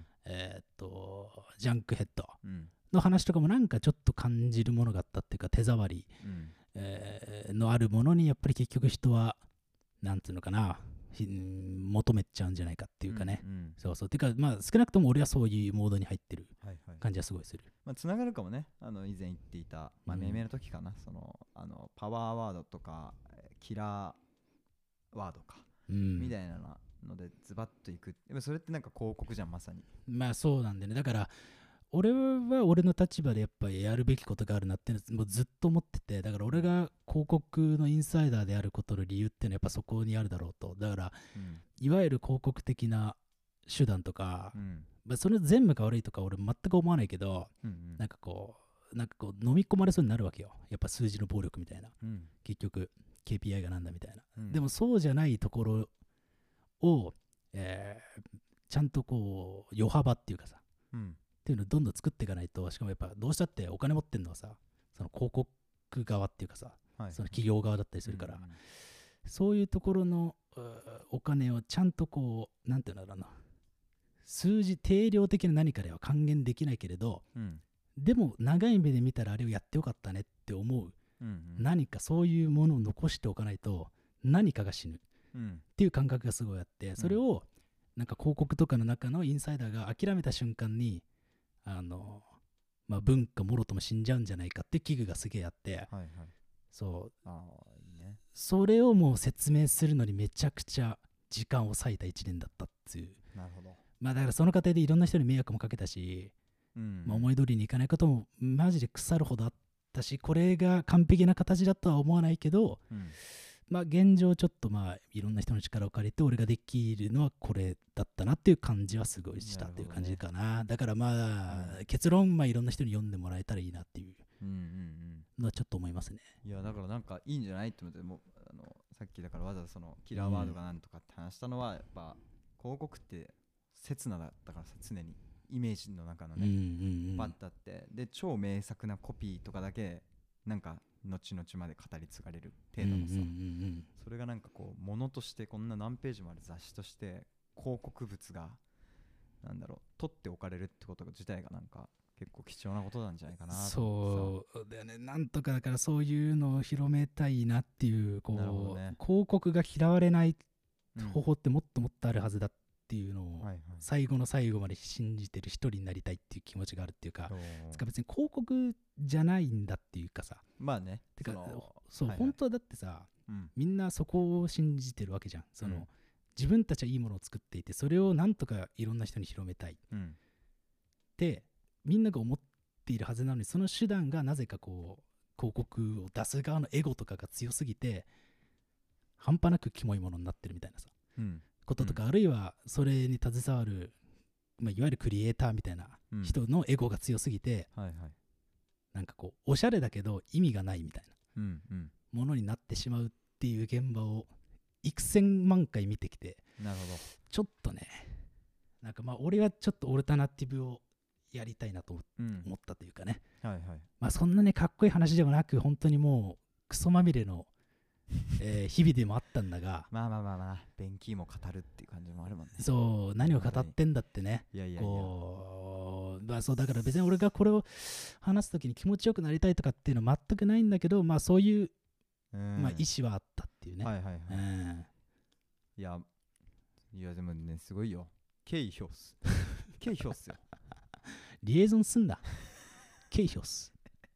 ジャンクヘッドの話とかもなんかちょっと感じるものがあったっていうか、手触り、のあるものにやっぱり結局人はなんていうのかな、求めちゃうんじゃないかっていうかね、そうそう、てかまあ少なくとも俺はそういうモードに入ってる感じはすごいする。 まあつながるかもね。以前言っていた、まあ命名の時かな、そのパワーワードとかキラーワードか、みたいなのでズバッといく。でもそれってなんか広告じゃん、まさに。 まあそうなんでね。だから俺は俺の立場でやっぱりやるべきことがあるなってもうずっと思ってて、だから俺が広告のインサイダーであることの理由っていうのはやっぱそこにあるだろうと。だから、いわゆる広告的な手段とか、まあ、それ全部が悪いとか俺全く思わないけど、なんかこう飲み込まれそうになるわけよ。やっぱ数字の暴力みたいな、結局 KPI がなんだみたいな、でもそうじゃないところを、ちゃんとこう余幅っていうかさ、っていうのをどんどん作っていかないと。しかもやっぱどうしたってお金持ってるのはさ、その広告側っていうかさ、その企業側だったりするから、そういうところのお金をちゃんとこう、なんていうんだろうな、数字定量的な何かでは還元できないけれど、でも長い目で見たらあれをやってよかったねって思う、何かそういうものを残しておかないと何かが死ぬっていう感覚がすごいあって、それをなんか広告とかの中のインサイダーが諦めた瞬間にまあ、文化もろとも死んじゃうんじゃないかって危惧がすげえあって、そう、それをもう説明するのにめちゃくちゃ時間を割いた1年だったっていう。 なるほど。 まあだからその過程でいろんな人に迷惑もかけたし、まあ、思い通りにいかないこともマジで腐るほどあったし、これが完璧な形だとは思わないけど、まあ現状ちょっとまあいろんな人の力を借りて俺ができるのはこれだったなっていう感じはすごいしたっていう感じかな。だからまあ、結論、まあいろんな人に読んでもらえたらいいなっていうのはちょっと思いますね。 いやだからなんかいいんじゃないって思って、もさっきだからわざわざそのキラーワードがなんとかって話したのは、やっぱ広告って刹那だったからさ、常にイメージの中のね、バッとあって、で超名作なコピーとかだけなんか後々まで語り継がれる程度のさ、それがなんかこう物としてこんな何ページもある雑誌として広告物がなんだろう取っておかれるってこと自体がなんか結構貴重なことなんじゃないかな。 そうだよね。なんとかだからそういうのを広めたいなっていう、こう、広告が嫌われない方法ってもっともっとあるはずだっていうのを最後の最後まで信じてる一人になりたいっていう気持ちがあるっていうか、別に広告じゃないんだっていうかさ、 まあね、 てかそう、本当はだってさ、みんなそこを信じてるわけじゃん。その、自分たちはいいものを作っていて、それをなんとかいろんな人に広めたいってみんなが思っているはずなのに、その手段がなぜかこう広告を出す側のエゴとかが強すぎて半端なくキモいものになってるみたいなさ、こととか、あるいはそれに携わる、まあ、いわゆるクリエイターみたいな人のエゴが強すぎて、なんかこうおしゃれだけど意味がないみたいなものになってしまうっていう現場を幾千万回見てきて、 なるほど、 ちょっとね、なんかまあ俺はちょっとオルタナティブをやりたいなと思ったというかね、まあそんなねかっこいい話でもなく、本当にもうクソまみれの日々でもあったんだがまあ便器も語るっていう感じもあるもんね。 そう、何を語ってんだってね。こう、まあそうだから別に俺がこれを話すときに気持ちよくなりたいとかっていうのは全くないんだけど、まあそういう、まあ意思はあったっていうね。 いやでもね、すごいよ。敬意表す敬意表すよ。 リエゾンすんだ。敬意表す。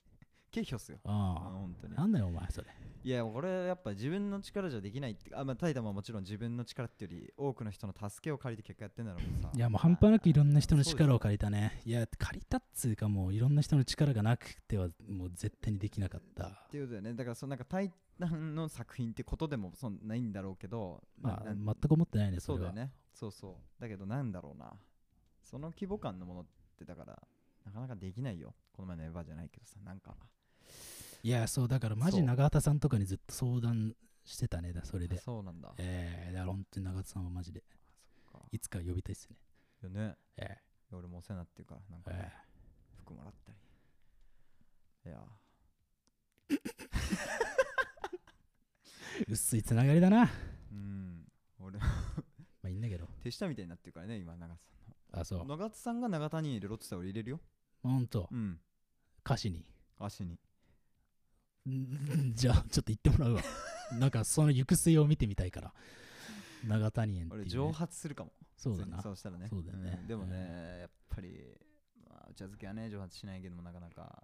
軽挙っすよ。 あ本当に。 なんだよお前それ。 いや俺やっぱ自分の力じゃできないってまあタイタももちろん自分の力ってより多くの人の助けを借りて結果やってんだろうけどさ。 いやもう半端なくいろんな人の力をか借りたね。いや借りたっつうかもういろんな人の力がなくてはもう絶対にできなかったっていうことだよね。だからそのなんかタイタンの作品ってことでもそんないんだろうけど、 まあ全く思ってないねそれは。 そうだよね。そうそう。だけどなんだろうな。その規模感のものってだからなかなかできないよ。この前のエヴァじゃないけどさ、なんか。 いやそうだからマジ永畑さんとかにずっと相談してたねだそれで。 そうなんだ。 だから本当に永畑さんはマジでそっか。 いつか呼びたいっすね。 よね。俺もお世話になってるからなんか、ね服もらったり。いや。 薄いつながりだな。 俺まあいいんだけど。 手下みたいになってるからね今永田さんの。 あそう。 永田さんが永田に入れろって言ったら俺入れるよ。 ほんと。歌詞に。 足に。 じゃあちょっと言ってもらうわ。なんかその行く末を見てみたいから。永谷園っていう、ね、 俺蒸発するかも。 そうだな。 そうしたらね。 そうだよね。 でもね、やっぱり、まあ、お茶漬けはね蒸発しないけどもなかなか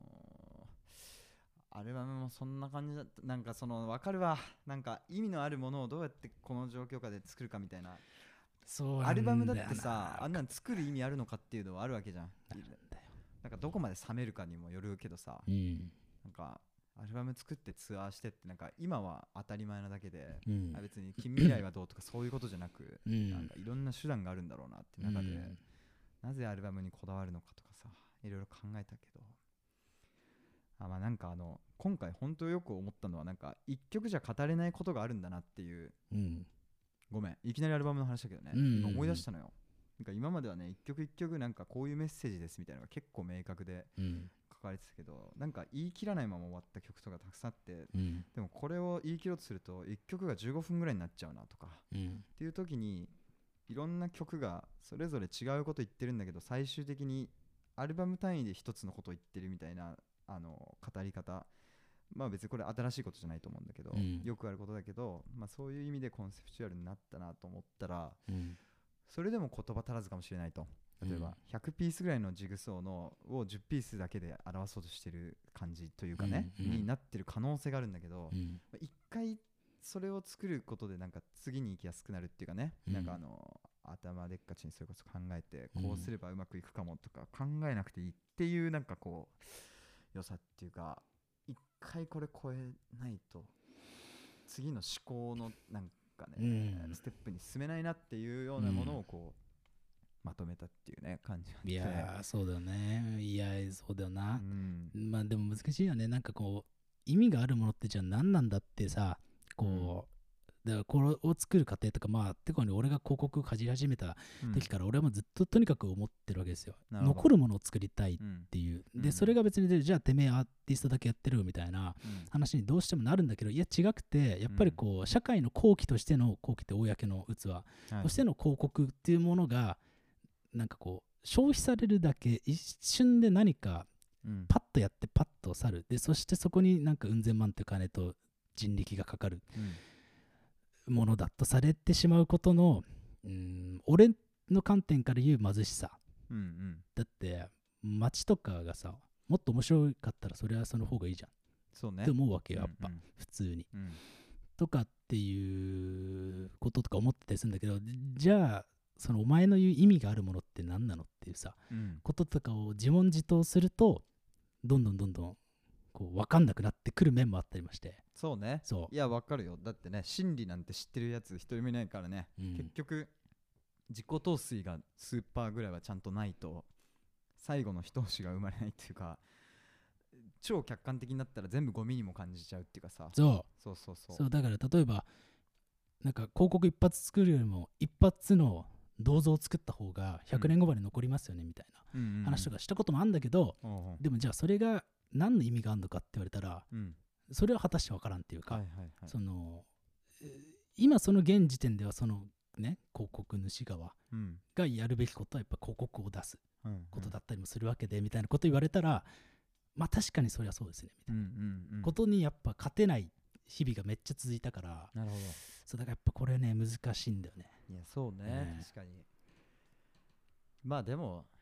アルバムもそんな感じだった。なんかその分かるわ。なんか意味のあるものをどうやってこの状況下で作るかみたいな。 そうアルバムだってさ、あんなん作る意味あるのかっていうのはあるわけじゃん。なんかどこまで冷めるかにもよるけどさ、なんかアルバム作ってツアーしてってなんか今は当たり前なだけで、別に近未来はどうとかそういうことじゃなく、なんかいろんな手段があるんだろうなって中で、なぜアルバムにこだわるのかとかさ、いろいろ考えたけど、まあなんか今回本当よく思ったのはなんか一曲じゃ語れないことがあるんだなっていう、ごめんいきなりアルバムの話だけどね、今思い出したのよ。なんか今まではね一曲一曲なんかこういうメッセージですみたいなのが結構明確で書かれてたけど、なんか言い切らないまま終わった曲とかたくさんあって、でもこれを言い切ろうとすると1曲が15分ぐらいになっちゃうなとか、っていう時にいろんな曲がそれぞれ違うこと言ってるんだけど最終的にアルバム単位で一つのことを言ってるみたいな語り方、まあ別にこれ新しいことじゃないと思うんだけど、よくあることだけど、まあ、そういう意味でコンセプチュアルになったなと思ったら、それでも言葉足らずかもしれないと。例えば100ピースぐらいのジグソーのを10ピースだけで表そうとしてる感じというかね、になってる可能性があるんだけど、一回それを作ることでなんか次に行きやすくなるっていうかね、なんか頭でっかちにそれこそ考えてこうすればうまくいくかもとか考えなくていいっていうなんかこう良さっていうか、一回これ超えないと次の思考のなんかね、ステップに進めないなっていうようなものをこうまとめたっていうね感じがあって。 いやそうだよね。いやそうだよな。まあでも難しいよね。なんかこう意味があるものってじゃあ何なんだってさ、こうだからこれを作る過程とか、まあてかに俺が広告をかじり始めた時から俺はもうずっととにかく思ってるわけですよ。残るものを作りたいっていう、でそれが別にじゃあてめえアーティストだけやってるみたいな話にどうしてもなるんだけど、いや違くてやっぱりこう社会の公器としての公器って公の器としての広告っていうものがなんかこう消費されるだけ一瞬で何かパッとやってパッと去る、でそしてそこになんかうん千万という金と人力がかかるものだとされてしまうことの、俺の観点から言う貧しさ、だって街とかがさもっと面白かったらそれはその方がいいじゃん、 そうね、 って思うわけよやっぱ、普通に、とかっていうこととか思ってたりするんだけど、じゃあそのお前の言う意味があるものって何なのっていうさ、こととかを自問自答するとどんどんこう分かんなくなってくる面もあったりまして。 そうね、そういや分かるよ。だってね心理なんて知ってるやつ一人もいないからね、結局自己陶酔がスーパーぐらいはちゃんとないと最後の一押しが生まれないっていうか、超客観的になったら全部ゴミにも感じちゃうっていうかさ、 そうだから例えばなんか広告一発作るよりも一発の銅像を作った方が100年後まで残りますよねみたいな話とかしたこともあるんだけど、でもじゃあそれが何の意味があるのかって言われたら、それは果たして分からんっていうか、その今その現時点ではそのね広告主側がやるべきことはやっぱ広告を出すことだったりもするわけでみたいなこと言われたら、まあ確かにそりゃそうですねみたいなことにやっぱ勝てない日々がめっちゃ続いたから、 なるほど、 そうだからやっぱこれね難しいんだよね。 いやそうね、確かに。まあでも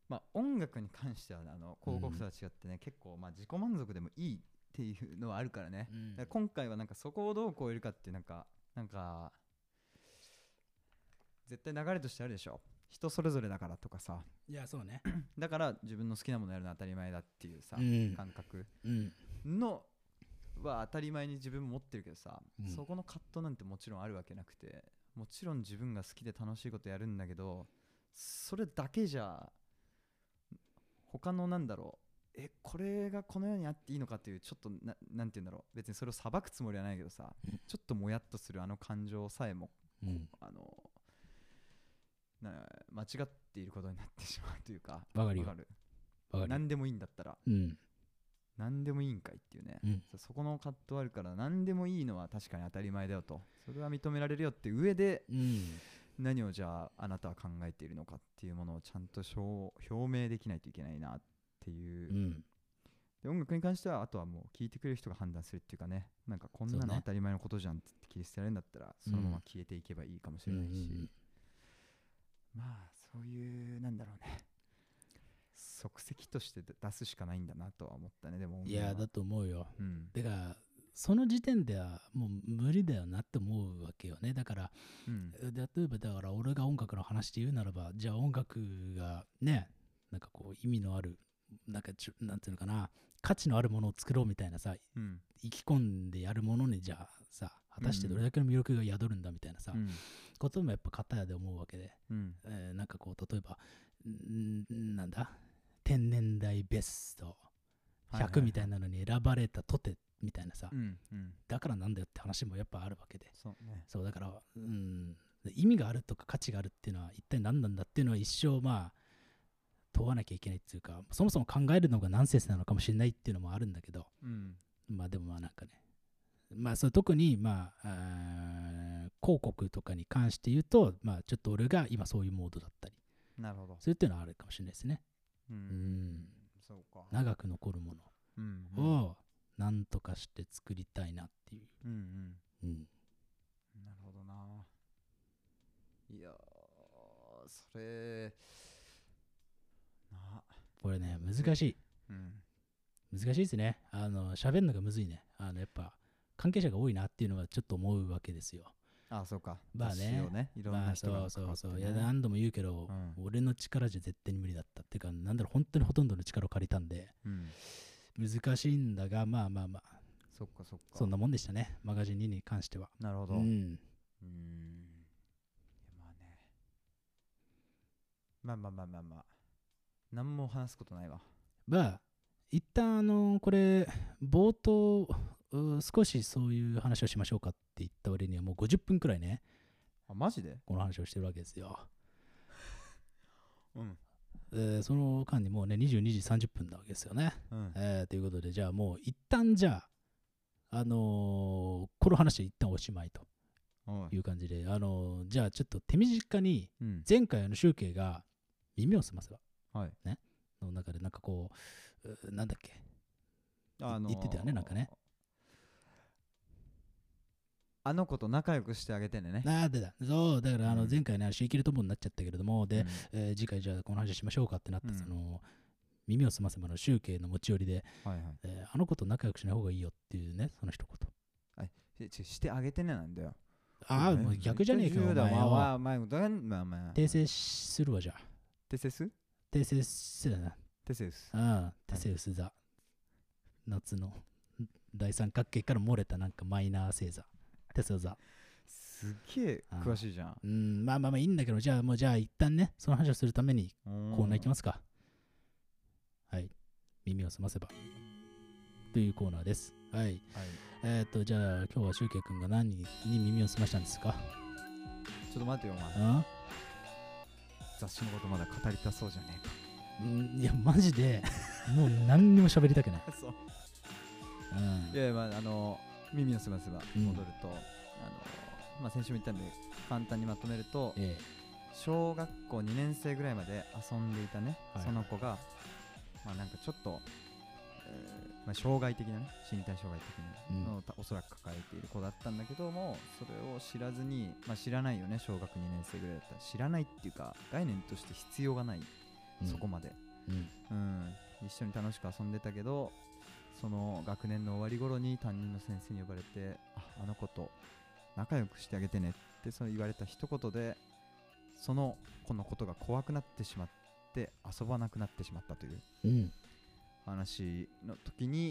まあ音楽に関しては広告とは違ってね、結構まあ自己満足でもいいっていうのはあるからね、だから今回はなんかそこをどう超えるかっていうなんか絶対流れとしてあるでしょ、人それぞれだからとかさ、 いやそうねだから自分の好きなものやるのは当たり前だっていうさ、感覚のは当たり前に自分も持ってるけどさ、そこの葛藤なんてもちろんあるわけなくて、もちろん自分が好きで楽しいことやるんだけど、それだけじゃ他のなんだろう、これがこの世にあっていいのかっていう、ちょっとなんて言うんだろう、別にそれを裁くつもりはないけどさ、ちょっともやっとする感情さえも、間違っていることになってしまうというか、 わかるよ、 何でもいいんだったら、何でもいいんかいっていうね、そこの葛藤あるから、何でもいいのは確かに当たり前だよと、それは認められるよって上で、何をじゃああなたは考えているのかっていうものをちゃんと表明できないといけないなっていう、で音楽に関してはあとはもう聴いてくれる人が判断するっていうかね、なんかこんなの当たり前のことじゃんって切り捨てられるんだったら、そのまま消えていけばいいかもしれないし、まあそういうなんだろうね、即席として出すしかないんだなとは思ったね。でもいやだと思うよ、だからその時点ではもう無理だよなって思うわけよね。だから、例えばだから俺が音楽の話で言うならば、じゃあ音楽がね、なんかこう意味のある、なんていうのかな、価値のあるものを作ろうみたいなさ、意気込んでやるものにじゃあさ、果たしてどれだけの魅力が宿るんだみたいなさ、こともやっぱ片やで思うわけで、なんかこう例えばなんだ天然代ベスト100みたいなのに選ばれたとてみたいなさ、だからなんだよって話もやっぱあるわけで、そうだから、意味があるとか価値があるっていうのは一体何なんだっていうのは一生まあ問わなきゃいけないっていうか、そもそも考えるのがナンセンスなのかもしれないっていうのもあるんだけど、まあでもまあなんかね、まあそれ特にまあ広告とかに関して言うと、まあちょっと俺が今そういうモードだったり、 なるほど、 そういうっていうのはあるかもしれないですね。 そうか、 長く残るものをなんとかして作りたいなっていう。なるほどな。いやそれこれね難しい、難しいですね。喋るのがむずいね。やっぱ関係者が多いなっていうのはちょっと思うわけですよ。 そうか。 まあね、 いろんな人が関わってね、 そう。いや何度も言うけど、俺の力じゃ絶対に無理だったっていうか、なんだろう、本当にほとんどの力を借りたんで、難しいんだが、まあそっかそんなもんでしたね、マガジン2に関しては。 なるほど。まあ何も話すことないわ。 まあ一旦これ冒頭少しそういう話をしましょうかって言った割にはもう50分くらいね、 マジでこの話をしてるわけですよ。その間にもうね22時30分なわけですよね。ということで、じゃあもう一旦じゃあこの話は一旦おしまいという感じで、じゃあちょっと手短に前回集計が耳をすませば、ね、の中でなんかこうなんだっけ、言ってたよね、なんかね、 あの子と仲良くしてあげてね。 そうだから前回ね、シーキルトボになっちゃったけれども、で、次回じゃあこの話しましょうかってなった、その耳をすませばの集計の持ち寄りで、あの子と仲良くしない方がいいよっていうね、その一言。してあげてねなんだよ。 もう逆じゃねえかよ、お前は。訂正するわ、じゃあ。 テセスだな。テセウスだ。夏の大三角形から漏れたなんかマイナー星座。テセウザ。 すげえ詳しいじゃん。まあいいんだけど、じゃあ一旦ね、その話をするためにコーナーいきますか。はい。耳をすませば。というコーナーです。はい。じゃあ今日はシュウケイ君が何に耳をすましたんですか？ ちょっと待ってよ、お前。雑誌のことまだ語りたそうじゃねえか。 いやマジでもう何にも喋りたくない。 そう。いや耳をすませば戻ると、先週も言ったんで簡単にまとめると、小学校2年生ぐらいまで遊んでいたね、その子がなんかちょっと、障害的なね、身体障害的なのをおそらく抱えている子だったんだけども、それを知らずに、知らないよね、小学2年生ぐらいだったら知らないっていうか概念として必要がないそこまで、一緒に楽しく遊んでたけど、その学年の終わり頃に担任の先生に呼ばれて、あの子と仲良くしてあげてねってそう言われた一言で、その子のことが怖くなってしまって遊ばなくなってしまったという話の時に、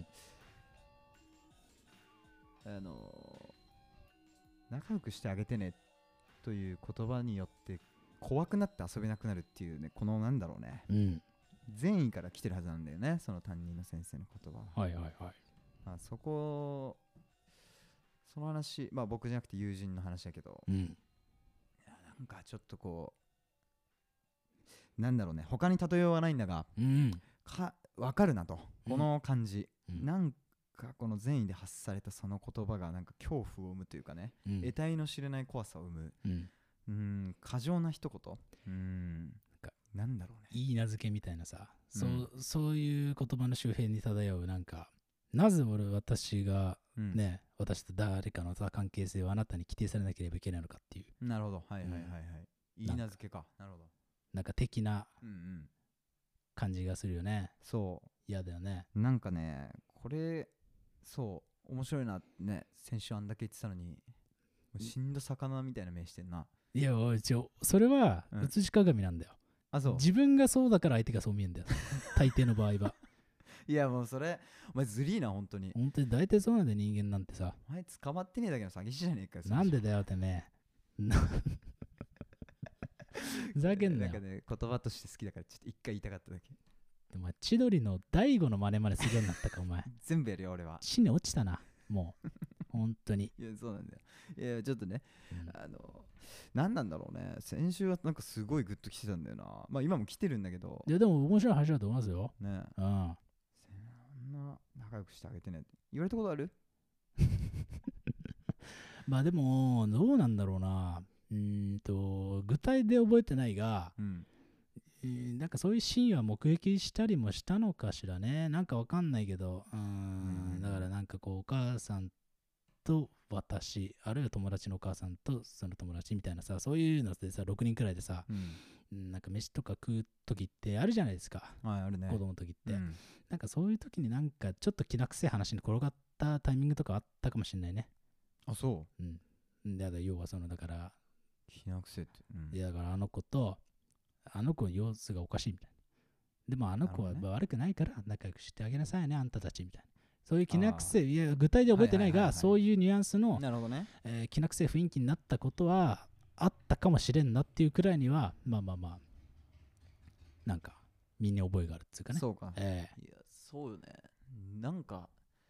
仲良くしてあげてねという言葉によって怖くなって遊べなくなるっていうね、このなんだろうね、善意から来てるはずなんだよね、その担任の先生の言葉。 はいはいはい。 その話、僕じゃなくて友人の話だけど、なんかちょっとこうなんだろうね、他に例えようがないんだが、分かるなと、この感じ、なんかこの善意で発されたその言葉がなんか恐怖を生むというかね、得体の知れない怖さを生む、過剰な一言、なんだろうね、 いい名付けみたいなさ、そういう言葉の周辺に漂う、なんかなぜ私がね、私と誰かのさ関係性をあなたに規定されなければいけないのかっていう。 なるほど、はいはいはいはい、いい名付けか、なるほど、 なんか的な感じがするよね。 そう、 嫌だよね。 なんかね、これそう面白いなってね、先週あんだけ言ってたのに、死んだ魚みたいな目してんな。 いや、それは映し鏡なんだよ。 そう、 自分がそうだから相手がそう見えんだよ。大抵の場合は。 いやもうそれお前ずりーな、本当に大体そうなんだよ、人間なんてさ。 お前捕まってねえだけの詐欺師じゃねえかよ。 なんでだよってね。ふざけんなよ。 なんかね、言葉として好きだからちょっと一回言いたかっただけ。 でも千鳥の大悟の真似までするようになったか、お前。 全部やるよ俺は。 地に落ちたな、もう。本当に。 いや、そうなんだよ。いや、ちょっとね、何なんだろうね。先週はなんかすごいグッと来てたんだよな。今も来てるんだけでも面白い話だと思いますよ。 ね。そんな仲良くしてあげてねって言われたことある？ でも、どうなんだろうな。具体で覚えてないが、なんかそういうシーンは目撃したりもしたのかしらね。なんかわかんないけど、だからなんかこう、お母さんと私、あるいは友達のお母さんとその友達みたいなさ、そういうのでさ、6人くらいでさ、なんか飯とか食う時ってあるじゃないですか。 あるね。 子供の時って。なんかそういう時になんかちょっと気なくせえ話に転がったタイミングとかあったかもしれないね。 そう。 要はだから、 気なくせえって。 いやだからあの子の様子がおかしいみたいな。でもあの子は悪くないから仲良くしてあげなさいね、あんたたちみたいな。そういう気なくせえ、いや具体で覚えてないが、そういうニュアンスの、 なるほどね、 気なくせえ雰囲気になったことはあったかもしれんなっていうくらいには、なんかみんな覚えがあるっていうかね。 そうか。いや、そうよね。なんか、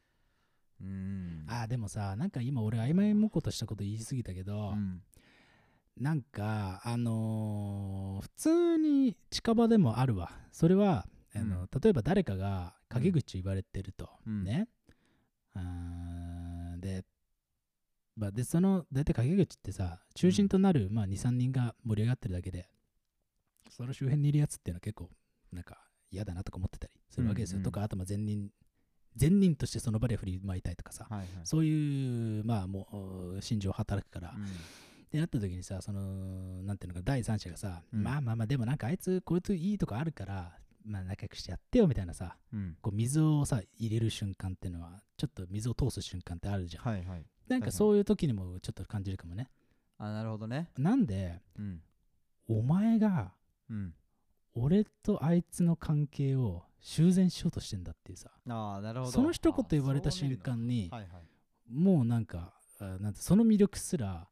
でもさ、なんか今俺曖昧もことしたこと言い過ぎたけど、なんか普通に近場でもあるわ。それは例えば誰かが陰口言われてると、ね。でその大体陰口ってさ、中心となる、2、3人が盛り上がってるだけで、その周辺にいるやつっていうのは結構なんか嫌だなとか思ってたりするわけですよ。とか、あと善人としてその場で振りまいたいとかさ、そういうもう心情働くから。ってなった時にさ、なんていうのか、第三者がさ、でもなんかあいつこいついいとこあるから仲良くしてやってよみたいなさ、こう水をさ入れる瞬間っていうのは、ちょっと水を通す瞬間ってあるじゃん。なんかそういう時にもちょっと感じるかもね。 なるほどね。 なんで、お前が、俺とあいつの関係を修繕しようとしてんだっていうさ、 なるほど。 その一言言われた瞬間に、もうなんかその魅力すら、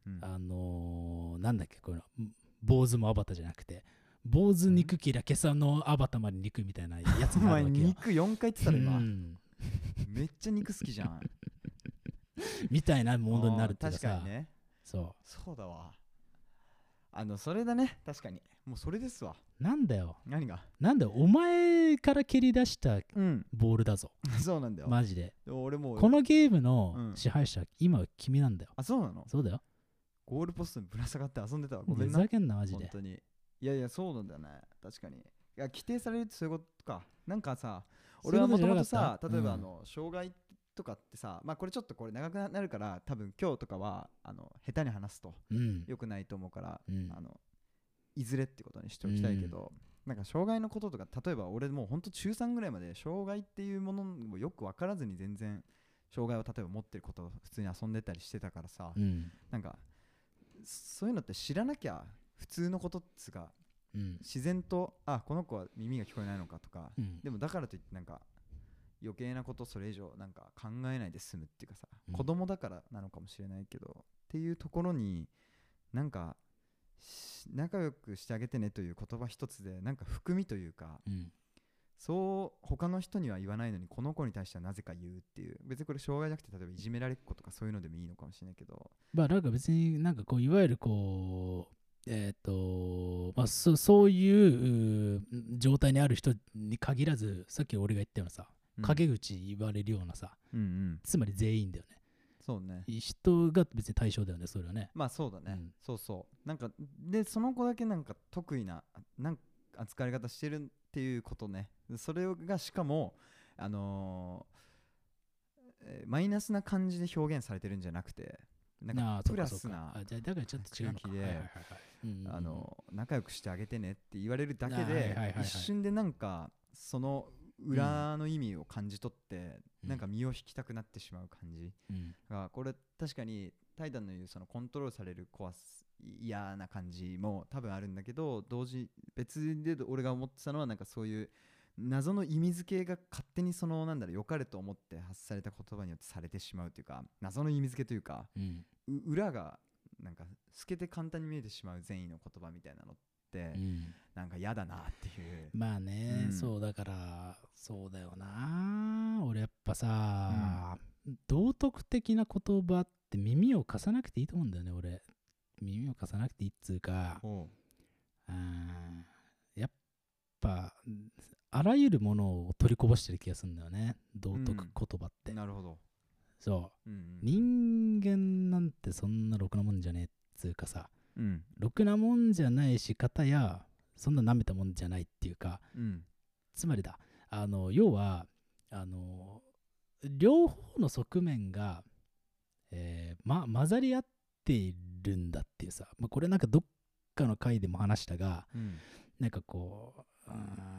なんだっけ、これ坊主もアバタじゃなくて、坊主憎きら今朝のアバタまで憎みたいなやつがあるわけよ。 肉4回言ってたら今、めっちゃ肉好きじゃんみたいなものになるっていうかさ。 確かにね。そうだわ。それだね、確かに。もうそれですわ。 なんだよ。 何が？ なんだよ、お前から蹴り出したボールだぞ。 そうなんだよ。 マジで。 俺もこのゲームの支配者、今は君なんだよ。 そうなの？ そうだよ。 ゴールポストにぶら下がって遊んでたわ。ごめんな。 ふざけんな、マジで。 本当に。いや、そうなんだよね。確かに。いや、規定されるってそういうことか。なんかさ、俺はもともとさ、例えば障害とかってさ、これちょっと長くなるから、多分今日とかは下手に話すと良くないと思うから、いずれってことにしておきたいけど、 なんか障害のこととか、例えば俺もうほんと中3ぐらいまで障害っていうものをよく分からずに全然障害を例えば持ってることを普通に遊んでたりしてたからさ、なんかそういうのって知らなきゃ普通のことっつうか、自然とこの子は耳が聞こえないのかとか、でもだからといってなんか余計なことそれ以上なんか考えないで済むっていうかさ、子供だからなのかもしれないけどっていうところになんか仲良くしてあげてねという言葉一つでなんか含みというか、そう他の人には言わないのにこの子に対してはなぜか言うっていう、別にこれ障害じゃなくて例えばいじめられっ子とかそういうのでもいいのかもしれないけど、 まあなんか別になんかこういわゆるこうそういう状態にある人に限らず、さっき俺が言ったようなさ、陰口言われるようなさ、つまり全員だよね。 そうね、 人が別に対象だよね、それはね。 まあそうだね、そうそうなんかでその子だけなんか得意ななんか扱われ方してるっていうことね。それがしかもマイナスな感じで表現されてるんじゃなくて、なんかプラスなじゃあだからちょっと違うのかで仲良くしてあげてねって言われるだけで一瞬でなんかその裏の意味を感じ取ってなんか身を引きたくなってしまう感じが、これ確かにタイタンの言うそのコントロールされる怖嫌な感じも多分あるんだけど、同時別で俺が思ってたのはなんかそういう謎の意味付けが勝手にそのなんだろう良かれと思って発された言葉によってされてしまうというか、謎の意味付けというか、裏がなんか透けて簡単に見えてしまう善意の言葉みたいなのってなんか嫌だなっていう。 まあね、そうだからそうだよな。俺やっぱさ、道徳的な言葉って耳を貸さなくていいと思うんだよね。俺耳を貸さなくていいっつうか、やっぱあらゆるものを取りこぼしてる気がするんだよね、道徳言葉って。 なるほど。 そう、人間なんてそんなろくなもんじゃねえっつうかさ、ろくなもんじゃないし、片やそんな舐めたもんじゃないっていうか、つまりだ、要は両方の側面が、混ざり合っているんだっていうさ、これなんかどっかの回でも話したが、なんかこう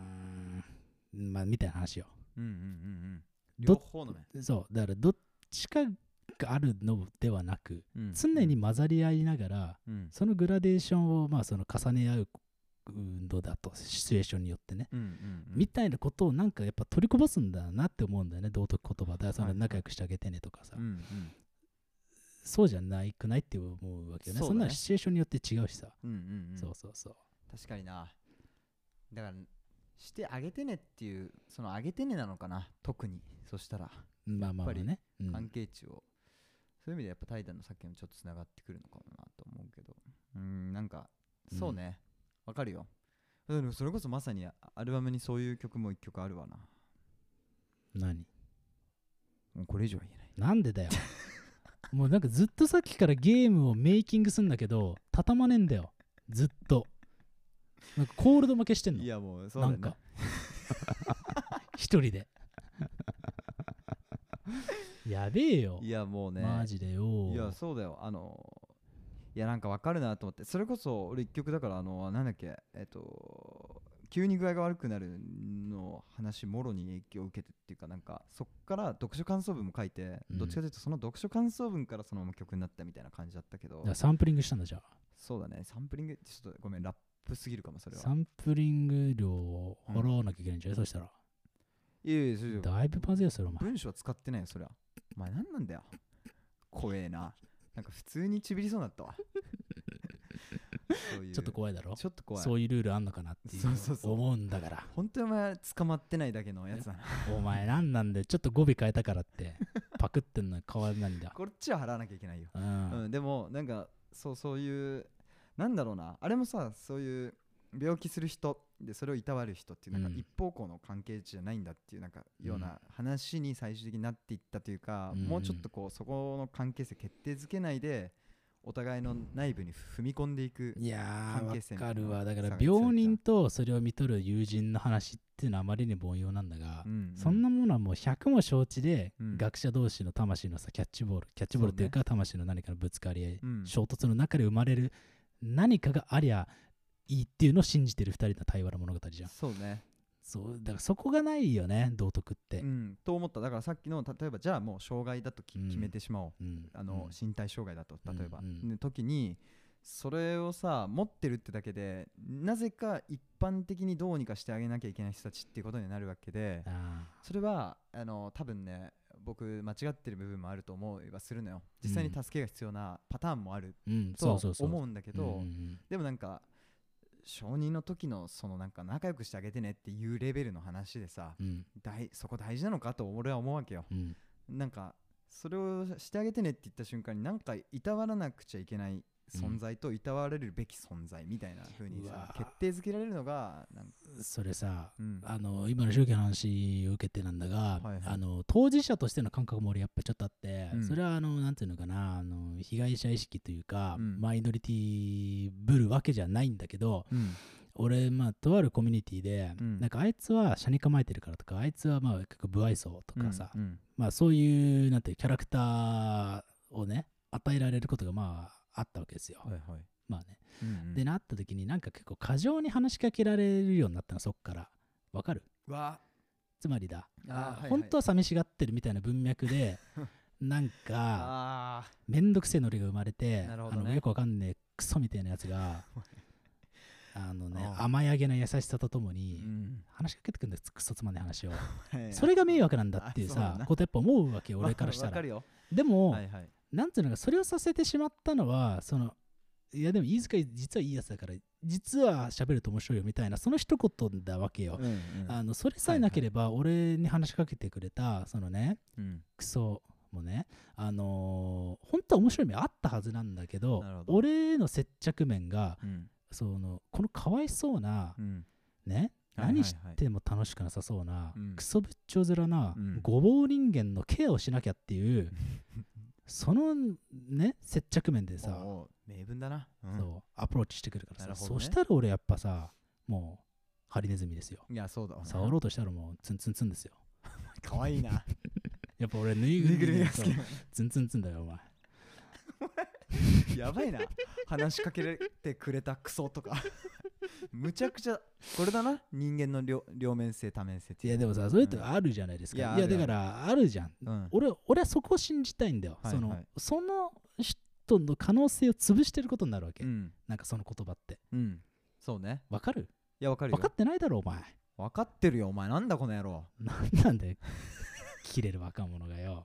みたいな話よ。 両方のね。 そうだからどっちかがあるのではなく、常に混ざり合いながら、そのグラデーションをその重ね合う運動だと、シチュエーションによってね、みたいなことをなんかやっぱ取りこぼすんだなって思うんだよね、道徳言葉だ。その仲良くしてあげてねとかさ、そうじゃないくないって思うわけよね。そんなシチュエーションによって違うしさ。そうそうそう。 確かにな。だからしてあげてねっていう、そのあげてねなのかな、特に。そしたらやっぱり関係値を、そういう意味でやっぱタイタンのさっきのちょっとつながってくるのかもなと思うけど、なんかそうね、わかるよ。でもそれこそまさにアルバムにそういう曲も一曲あるわな。 何？ もうこれ以上は言えない。 なんでだよ。もうなんかずっとさっきからゲームをメイキングすんだけど畳まねえんだよ、ずっと。なんかコールド負けしてんの。 いやもうそうだよね、なんか一人でやべえよ。 いやもうね、 マジでよ。 いやそうだよ。いやなんかわかるなと思って、それこそ俺一曲だからなんだっけ、急に具合が悪くなるの話もろに影響を受けてっていうか、なんかそっから読書感想文も書いて、どっちかというとその読書感想文からそのまま曲になったみたいな感じだったけど、 サンプリングしたんだじゃあ。 そうだね、サンプリングちょっとごめん、ラップすぎるかもそれは。 サンプリング料を払わなきゃいけないんじゃない、そしたら。 いやいや、それだいぶまずいよそれお前。 文章は使ってないよそりゃ。お前何なんだよ。怖えな。なんか普通にちびりそうになったわ。 ちょっと怖いだろ。 ちょっと怖い。 そういうルールあんのかなって思うんだから。 本当にお前捕まってないだけのやつだな。 お前なんなんでちょっと語尾変えたからってパクってんの変わらないんだ。 こっちは払わなきゃいけないよ。でもなんかそういうなんだろうな、あれもさ、そういう病気する人でそれをいたわる人っていうなんか一方向の関係値じゃないんだっていうなんかような話に最終的になっていったというか、もうちょっとこうそこの関係性決定づけないでお互いの内部に踏み込んでいく関係性。 わかるわ。だから病人とそれを見とる友人の話っていうのはあまりに凡庸なんだが、そんなものはもう100も承知で、学者同士の魂のさキャッチボールっていうか、魂の何かのぶつかり合い、衝突の中で生まれる何かがありゃいいっていうのを信じてる2人の対話の物語じゃん。 そうね。 そうだからそこがないよね、道徳って。 と思った。だからさっきの例えばじゃあもう障害だと決めてしまおう、身体障害だと例えば、時にそれをさ持ってるってだけでなぜか一般的にどうにかしてあげなきゃいけない人たちっていうことになるわけで、それは多分ね僕間違ってる部分もあると思いはするのよ。実際に助けが必要なパターンもあると思うんだけど、でもなんか承認の時のそのなんか仲良くしてあげてねっていうレベルの話でさ、そこ大事なのかと俺は思うわけよ。なんかそれをしてあげてねって言った瞬間になんかいたわらなくちゃいけない存在といたわれるべき存在みたいな風にさ、決定づけられるのがなんかそれさ、今の宗教の話を受けてなんだが、当事者としての感覚も俺やっぱちょっとあって、それはなんていうのかな、被害者意識というか、マイノリティぶるわけじゃないんだけど、俺とあるコミュニティで、なんかあいつは車に構えてるからとか、あいつは結構不愛想とかさ、そういうなんていうキャラクターをね与えられることがあったわけですよ。でなった時になんか結構過剰に話しかけられるようになったの、そっから。わかる？つまりだ、本当は寂しがってるみたいな文脈でなんかめんどくせえノリが生まれて、よくわかんねえクソみたいなやつが甘やげな優しさとともに話しかけてくるんです、クソつまんない話をそれが迷惑なんだっていうさことやっぱ思うわけよ、俺からしたら。でもなんていうのか、それをさせてしまったのはいやでも飯塚実はいいやつだから実は喋ると面白いよみたいなその一言だわけよ。それさえなければ俺に話しかけてくれたそのね、クソもね本当は面白い面あったはずなんだけど、俺への接着面が、このかわいそうな、ね、何しても楽しくなさそうな、クソぶっちょ面な、ごぼう人間のケアをしなきゃっていうそのね接着面でさ、 名分だな、 そうアプローチしてくるからさ、そしたら俺やっぱさもうハリネズミですよ。 いやそうだわ、 触ろうとしたらもうツンツンツンですよ。 かわいいなやっぱ俺ぬいぐるみが好き、ツンツンツンだよお前やばいな、話しかけてくれたクソとかむちゃくちゃこれだな、人間の両面性多面性って。 いやでもさ、それってあるじゃないですか。いやだからあるじゃん。俺はそこを信じたいんだよ。その人の可能性を潰してることになるわけ。なんかその言葉って。 そうね。 わかる？ いやわかるよ。 分かってないだろお前。 分かってるよお前、なんだこの野郎。 なんで切れる若者がよ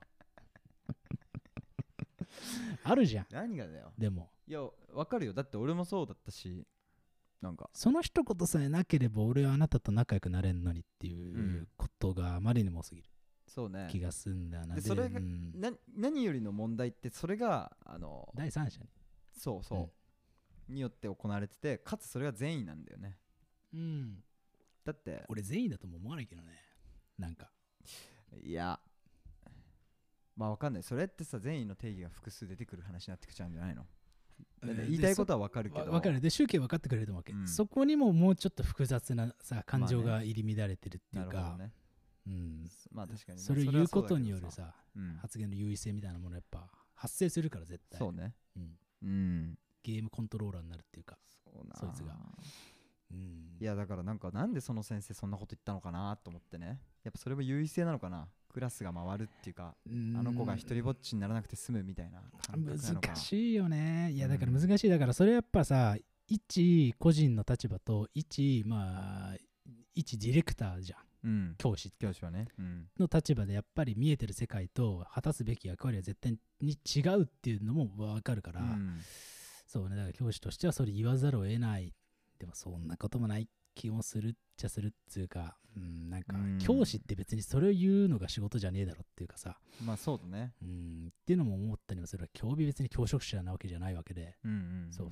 あるじゃん。 何がだよ。 でもいや分かるよ、だって俺もそうだったし、なんかその一言さえなければ俺はあなたと仲良くなれんのにっていうことがあまりにも多すぎる気がすんだよな。 でそれが、何よりの問題ってそれが第三者にによって行われてて、かつそれが善意なんだよね。だって俺善意だとも思わないけどね。なんかいやわかんない。それってさ、善意の定義が複数出てくる話になってきちゃうんじゃないの？言いたいことは分かるけど、 分かる。で宗教分かってくれると思うわけ、そこにももうちょっと複雑なさ感情が入り乱れてるっていうか、 確かにそれを言うことによるさ、発言の優位性みたいなものやっぱ発生するから絶対。 そうね。 ゲームコントローラーになるっていうか、そいつが。 いやだからなんでその先生そんなこと言ったのかなと思ってね。やっぱそれも優位性なのかな。クラスが回るっていうか、あの子が一人ぼっちにならなくて済むみたいな感覚なのか。 難しいよね。いやだから難しい。だからそれやっぱさ、一個人の立場と一ディレクターじゃん、教師はね、 の立場でやっぱり見えてる世界と果たすべき役割は絶対に違うっていうのも分かるから、そうね。だから教師としてはそれ言わざるを得ない。でもそんなこともない気もするっちゃするっていうか、なんか教師って別にそれを言うのが仕事じゃねえだろっていうかさ、 そうだね。 っていうのも思ったりもする。教備別に教職者なわけじゃないわけで、そう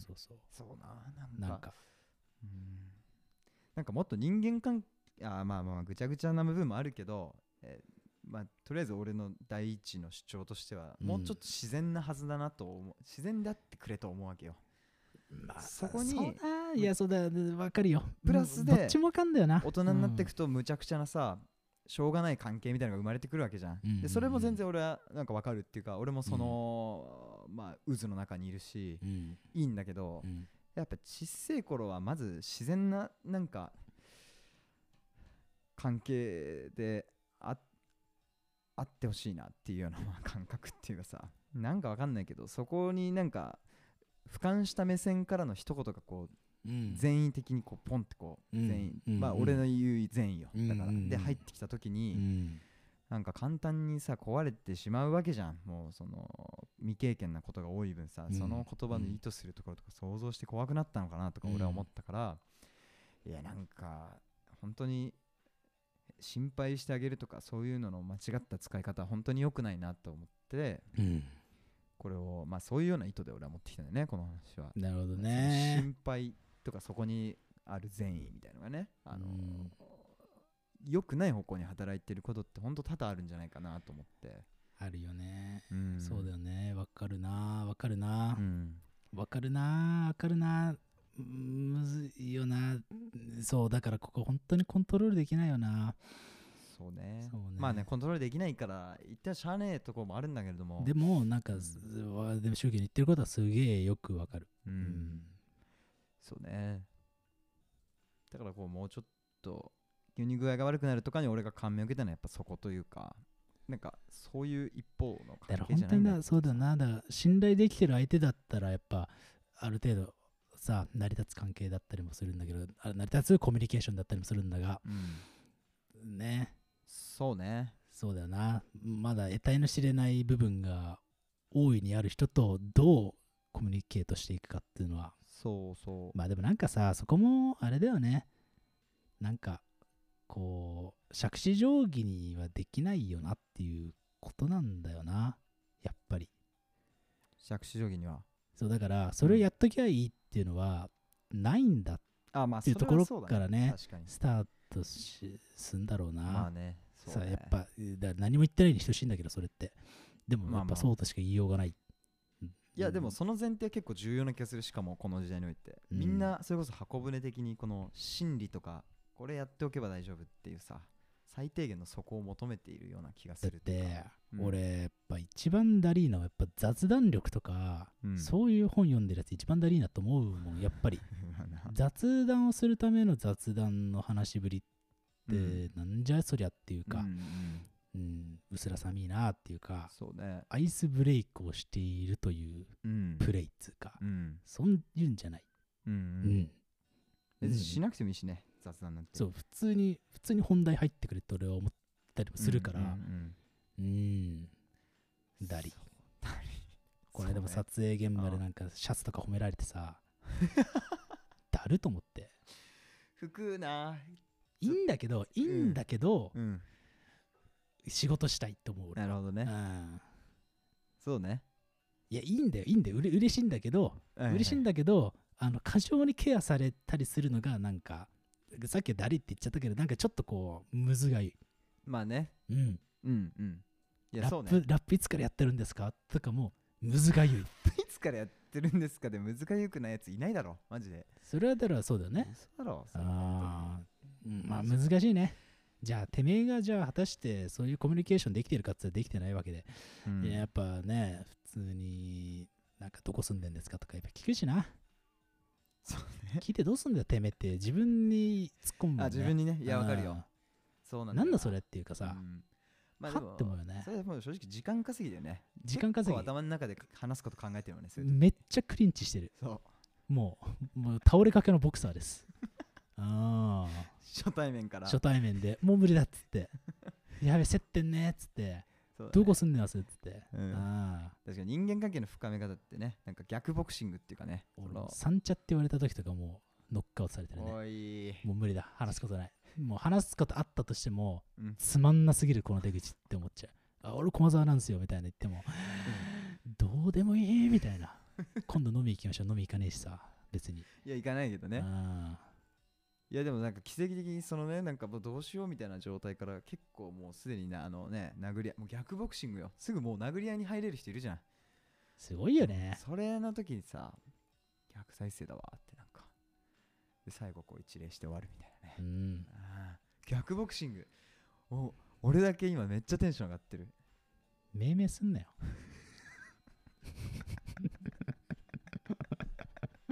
なんかもっと人間関係、ぐちゃぐちゃな部分もあるけど、とりあえず俺の第一の主張としては、もうちょっと自然なはずだなと思う。自然であってくれと思うわけよ。そこにいやそうだ分かるよ。 プラスでどっちもわかんだよな。 大人になっていくとむちゃくちゃなさ、しょうがない関係みたいなのが生まれてくるわけじゃん。でそれも全然俺はなんか分かるっていうか、俺もその渦の中にいるし、いいんだけど、 やっぱ小さい頃はまず自然ななんか関係であってほしいなっていうようなまあ感覚っていうかさ、なんかわかんないけど、そこになんか俯瞰した目線からの一言がこう、善意的にこうポンってこう、善意、まあ俺の言う善意よ、だから、で入ってきた時に、なんか簡単にさ壊れてしまうわけじゃん。もうその未経験なことが多い分さ、その言葉の意図するところとか想像して怖くなったのかなとか俺は思ったから、いやなんか本当に心配してあげるとかそういうのの間違った使い方は本当に良くないなと思って、これをまあそういうような意図で俺は持ってきたんだよね、この話は。 なるほどね。 心配とかそこにある善意みたいなのがね、良くない方向に働いてることって本当多々あるんじゃないかなと思って。 あるよね、そうだよね。わかるなわかるな、むずいよな。そうだからここ本当にコントロールできないよな。 そうね。まあね、コントロールできないから言ってはしゃあねえところもあるんだけれども、 でもなんか、でも宗教に言ってることはすげえよくわかる。 そうね。だからこうもうちょっと急に具合が悪くなるとかに俺が感銘を受けたのはやっぱそこというか、なんかそういう一方の関係じゃないんだ。 だから本当にだ、そうだな。だから信頼できてる相手だったらやっぱある程度さ成り立つ関係だったりもするんだけど、成り立つコミュニケーションだったりもするんだが、ね。 そうね。 そうだよな。まだ得体の知れない部分が大いにある人とどうコミュニケートしていくかっていうのは、まあでもなんかさ、そこもあれだよね。なんかこう杓子定規にはできないよなっていうことなんだよな、やっぱり。 杓子定規にはそうだからそれをやっときゃいいっていうのはないんだっていうところからね、スタートすんだろうな。 まあね、 さあやっぱ何も言ってないに等しいんだけど、それってでもやっぱそうとしか言いようがない。 いやでもその前提は結構重要な気がする。しかもこの時代においてみんなそれこそ箱舟的にこの心理とかこれやっておけば大丈夫っていうさ、最低限の底を求めているような気がする。 だって俺やっぱ一番ダリーなのはやっぱ雑談力とか、そういう本読んでるやつ一番ダリーなと思うもんやっぱり。雑談をするための雑談の話しぶりってなんじゃそりゃっていうか、薄ら寒いなっていうか、 そうね、 アイスブレイクをしているというプレイっつうか、そういうんじゃない。 別にしなくてもいいしね、雑談なんて。 そう、普通に本題入ってくれって俺は思ったりもするから、ダリ。これでも撮影現場でなんかシャツとか褒められてさ、だると思って。 服ないいんだけど、仕事したいって思う俺。 なるほどね。そうね。 いやいいんだよ嬉しいんだけど、過剰にケアされたりするのがなんかさっきはダリって言っちゃったけど、なんかちょっとこうむずがゆい。 まあね。いやそうね。 ラップいつからやってるんですかとかもむずがゆい。 いつからやってるんですかでむずがゆくないやついないだろマジで。 それはだからそうだよね。 そうだろ。 まあ難しいね。じゃあてめえがじゃあ果たしてそういうコミュニケーションできてるかって言ったらできてないわけで、やっぱね普通になんかどこ住んでんですかとかやっぱ聞くしな。 そうね。 聞いてどうすんだよてめえって自分に突っ込むもんね。 自分にね。いやわかるよ。そうなんだ。 なんだそれっていうかさ、 まあはってもよね。 それはもう正直時間稼ぎだよね。 時間稼ぎ。 頭の中で話すこと考えてるのね。 めっちゃクリンチしてる。 そう。 もう倒れかけのボクサーです。 初対面から初対面でもう無理だっつってやべ接点ねっつって、どこ住んでますっつって、 確かに人間関係の深め方ってね、なんか逆ボクシングっていうかね、 三茶って言われた時とかもうノックアウトされてるね。もう無理だ、話すことない。もう話すことあったとしても、つまんなすぎるこの出口って思っちゃう。俺駒沢なんですよみたいな言っても、どうでもいいみたいな。今度飲み行きましょう。飲み行かねえしさ別に。 いや行かないけどね。いやでもなんか奇跡的にそのね、なんかもうどうしようみたいな状態から結構もうすでに殴り合い、もう逆ボクシングよ。すぐもう殴り合いに入れる人いるじゃん。 すごいよね。 それの時にさ、逆再生だわってなんかで最後こう一礼して終わるみたいなね。逆ボクシング。俺だけ今めっちゃテンション上がってる。 命名すんなよ。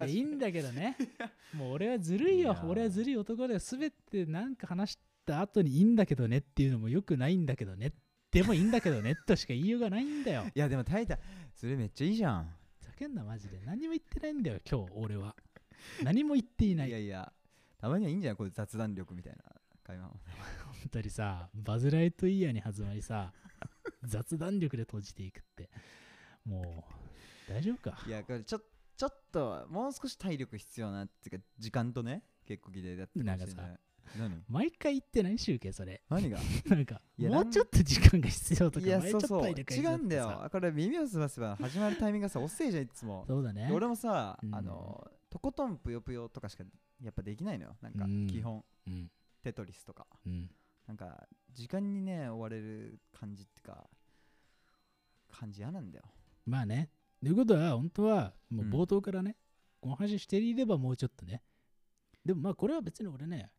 いいんだけどね。もう俺はずるいよいや。 俺はずるい男で、すべてなんか話した後にいいんだけどねっていうのもよくないんだけどね。でもいいんだけどねとしか言いようがないんだよ。 いやでもタイタそれめっちゃいいじゃん。 ふざけんなマジで。何も言ってないんだよ今日俺は。何も言っていない。 いやいや、たまにはいいんじゃないこれ雑談力みたいな会話も。 本当にさ、バズ・ライトイヤーに始まりさ、雑談力で閉じていくって、もう大丈夫か。 いやこれちょっともう少し体力必要なっていうか時間とね結構ギレだったかもしれない。何毎回言ってない集計それ。 何がなんかいやもうちょっと時間が必要とか、 いや前ちょっとそう体力が必要違うんだよ。これ耳をすませば始まるタイミングがさ遅いじゃんいつも。 そうだね。 俺もさ、 うんとことんぷよぷよとかしかやっぱできないのよ。なんかうん基本、 うんテトリスとかうんなんか時間にね追われる感じってか感じ嫌なんだよ。 まあね。ということは、本当はもう冒頭からね、この話していればもうちょっとね。でもまあこれは別に俺ね、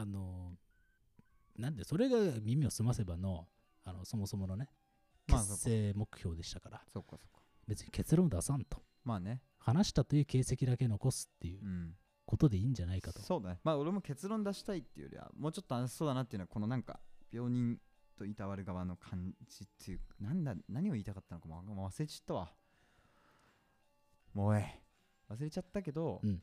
なんでそれが耳を澄ませばの、そもそものね、 まあ結成目標でしたから、 そっかそっか。 別に結論出さんと。 まあね。 話したという形跡だけ残すっていううん。 ことでいいんじゃないかと。 そうだね。まあ俺も結論出したいっていうよりはもうちょっとそうだなっていうのはこのなんか病人といたわる側の感じっていう何を言いたかったのかもう忘れちゃったわ。もう忘れちゃったけど、 うん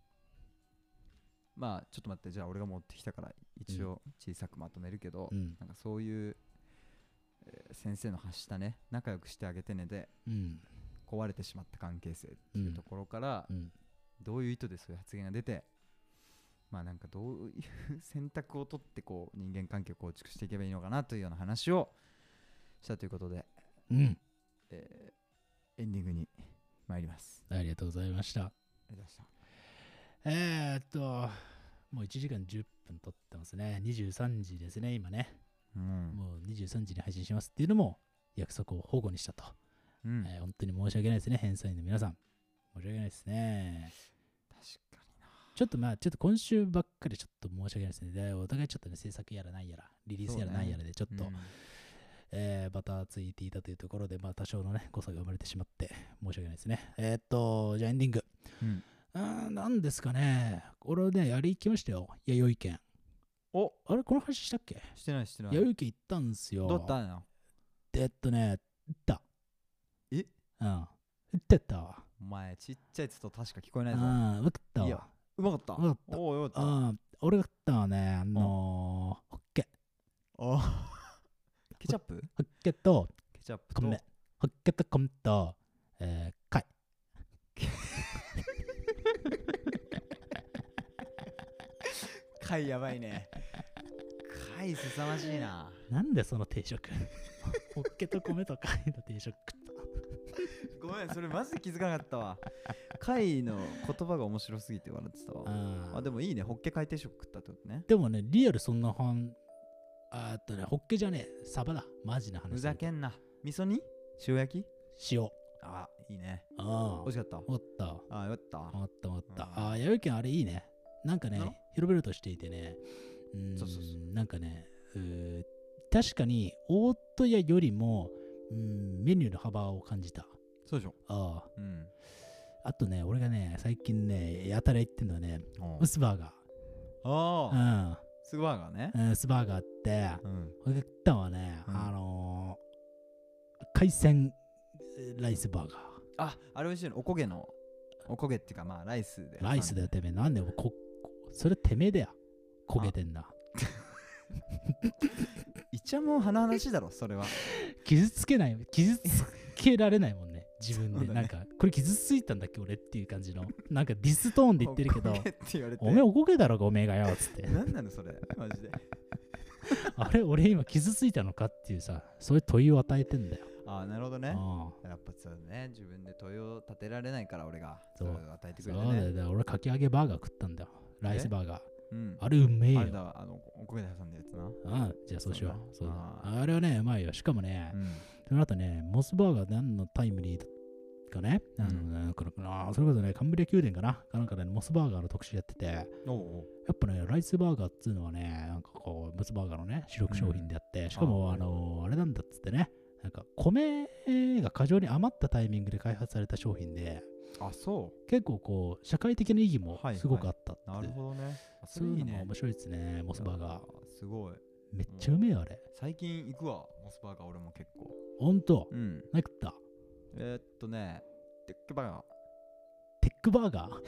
まあちょっと待ってじゃあ俺が持ってきたから一応小さくまとめるけど、 うんなんかそういう、先生の発したね仲良くしてあげてねでうん壊れてしまった関係性っていうところから、 うんどういう意図でそういう発言が出てまあなんかどういう選択を取ってこう人間関係を構築していけばいいのかなというような話をしたということで、 うんエンディングに参ります。 ありがとうございました。 ありがとうございました。 もう1時間10分撮ってますね。23時ですね、今ね。もう23時に配信しますっていうのも約束を保護にしたと。 うん本当に申し訳ないですね、返済員の皆さん。申し訳ないですね。 確かにな。 ちょっと今週ばっかりちょっと申し訳ないですね。でお互いちょっとね、制作やらないやら、リリースやらないやらでちょっと、バタついていたというところで、まあ多少のね、誤差が生まれてしまって申し訳ないですね。じゃあエンディング。なんですかね。俺はね、やり行きましたよ。弥生県。あれこの話したっけ？ してないしてない。 弥生県行ったんすよ。 どうだったの？ 行った。 え？ 行ってたわ。 お前ちっちゃいやつと確か聞こえないぞ。 うまかったわ。 いやうまかった。 うまかった。 おおよかった。 俺が食ったのはね、ホッケ。 ケチャップ？ ホッケとケチャップと米。ホッケと米と、貝。 貝やばいね。貝すさまじいな。 なんでその定食ホッケと米と貝の定食食った。 ごめんそれマジで気づかなかったわ。貝の言葉が面白すぎて笑ってたわ。でもいいね。ホッケ貝定食食ったってことね。 でもね、リアルそんなホッケじゃねえ、サバだ。マジな話。 ふざけんな。味噌煮？塩焼き？ 塩。 いいね。美美味しかった。 よかった。 よかった。 弥生県あれいいね。なんかね、広々としていてね、 そうなんかね、確かに大戸屋よりも、メニューの幅を感じた。 そうでしょ。 あとね、俺がね、最近ね、やたら言ってんのはね、ウスバーガー。 スバーガーね。 ウスバーガーって、俺が食ったのはね、海鮮ライスバーガー。 あれ美味しいの。おこげっていうか、まあライスで。 ライスだよ、てめえ。なんでそれてめえだよ。焦げてんな。 いちゃもん鼻々しいだろ、それは。 傷つけられないもんね、自分で。なんか、これ傷ついたんだっけ、俺っていう感じの。なんかディストーンで言ってるけど、おめえおこげだろ、おめえがよ、つって。 なんなの、それ、マジで。 あれ、俺今傷ついたのかっていうさ、そういう問いを与えてんだよ。 なるほどね。やっぱそうね、自分で問いを立てられないから、俺が。 そう与えてくれてね。 そうだよ、俺かき揚げバーガー食ったんだよ。ライスバーガー。 うんあれうめえよ。 あれだ、おこげで挟んだやつな。 じゃあそうしよう。 そうだあれはね、うまいよ。しかもね、その後ね、モスバーガー何のタイムリーかね、それこそね、カンブリア宮殿かななんかね、モスバーガーの特集やってて、やっぱね、ライスバーガーっていうのはね、なんかこう、モスバーガーのね、主力商品であって、しかも、あれなんだっつってね、なんか米が過剰に余ったタイミングで開発された商品で、 あ、そ結構こう社会的な意義もすごくあったって、 う。なるほどね。あ、 そういうのもね面白いですね。モスバーガーすごい。 めっちゃうめえよあれ。 最近行くわ、モスバーガー俺も結構。 ほんとうん。 何食った？ ね、テックバーガー。 テックバーガー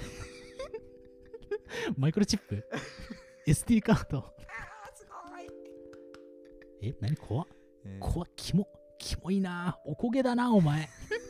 マイクロチップSD カードすごい。 何怖っえー怖っキモいなおこげだなお前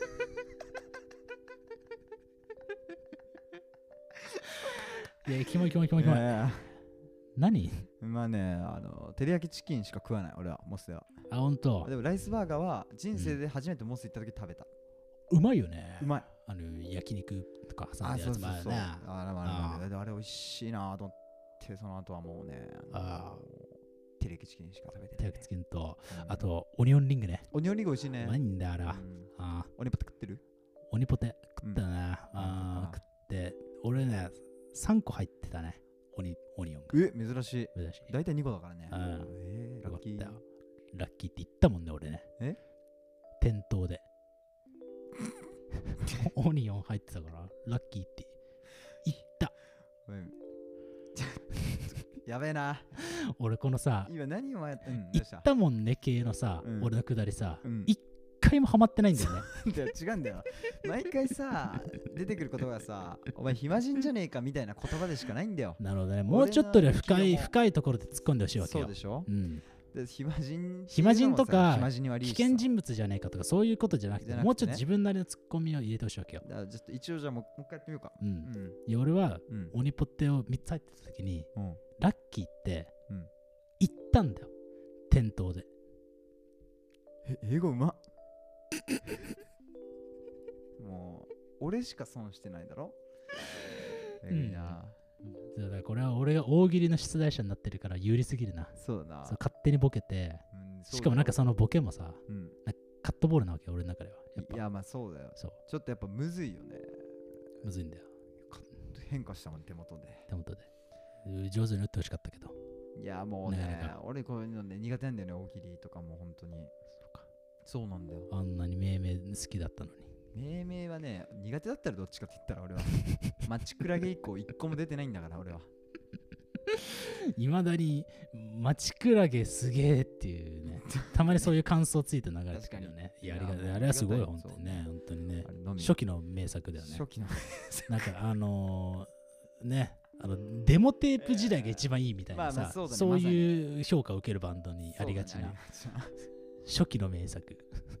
キモい何？ まあね、照り焼きチキンしか食わない、俺は、モスでは。 あ、ほんとでもライスバーガーは人生で初めてモス行った時食べた。 うまいよね。 うまい。 焼肉とか挟んあ、 でやつそうそうそう。 もあるな。 あれ美味しいなと思って、その後はもうね、照り焼きチキンしか食べてない。 照り焼きチキンと、あとオニオンリングね。 オニオンリング美味しいね。 うまいんだあれは。 オニポテ食ってる？ オニポテ食ったな。食って、俺ね、3個入ってたね。オニオンが。 珍しい。 珍しい。 大体2個だからね。 ラッキー。ラッキーって言ったもんね、俺ね。店頭で。オニオン入ってたから、ラッキーって言った。 やべえな。 俺このさ、 今何をやってんの？ 言ったもんね系のさ、俺のくだりさ、一回もハマってないんだよね。 違うんだよ。毎回さ、出てくる言葉がさ、お前暇人じゃねえかみたいな言葉でしかないんだよ。 なるほどね。もうちょっとで深いところで突っ込んでほしいわけよ。 そうでしょ？暇人とか危険人物じゃねえかとかそういうことじゃなくて、もうちょっと自分なりのツッコミを入れてほしいわけよ。 一応じゃあもう一回やってみようか。 俺はオニポテを3つ入ってた時に、ラッキーって言ったんだよ、店頭で。 英語うまっ。もう俺しか損してないだろ。いいな。 だからこれは俺が大喜利の出題者になってるから有利すぎるな。 そうだな。 勝手にボケて、しかもなんかそのボケもさ、カットボールなわけよ、俺の中では。 いや、まあそうだよ。ちょっとやっぱむずいよね。 むずいんだよ。 変化したもん、手元で。 上手に打ってほしかったけど。 いや、もうね、俺こういうのね、苦手なんだよね、大喜利とかも本当に。そうなんだよ。 あんなに命名好きだったのに。 命名はね、苦手だったらどっちかって言ったら俺は。マチクラゲ以降1個も出てないんだから、俺は。 いまだにマチクラゲすげえっていうね、たまにそういう感想ついて流れてくるよね。いや、あれはすごい、本当にね、本当にね。初期の名作だよね。 初期のなんかね、デモテープ時代が一番いいみたいなさ、そういう評価を受けるバンドにありがちな初期の名作。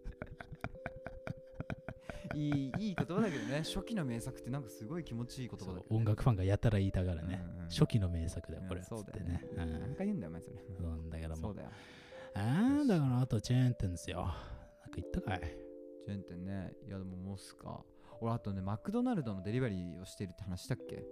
いい言葉だけどね、初期の名作ってなんかすごい気持ちいい言葉だけど、 音楽ファンがやたら言いたがらね、初期の名作だよこれ。 そうだよね。何回言うんだよお前それ。 そうなんだけども。 そうだよ。 だからあとチェーン店ですよ。なんか言ったかい？ チェーン店ね。いやでもモスか。俺あとね、マクドナルドのデリバリーをしてるって話したっけ？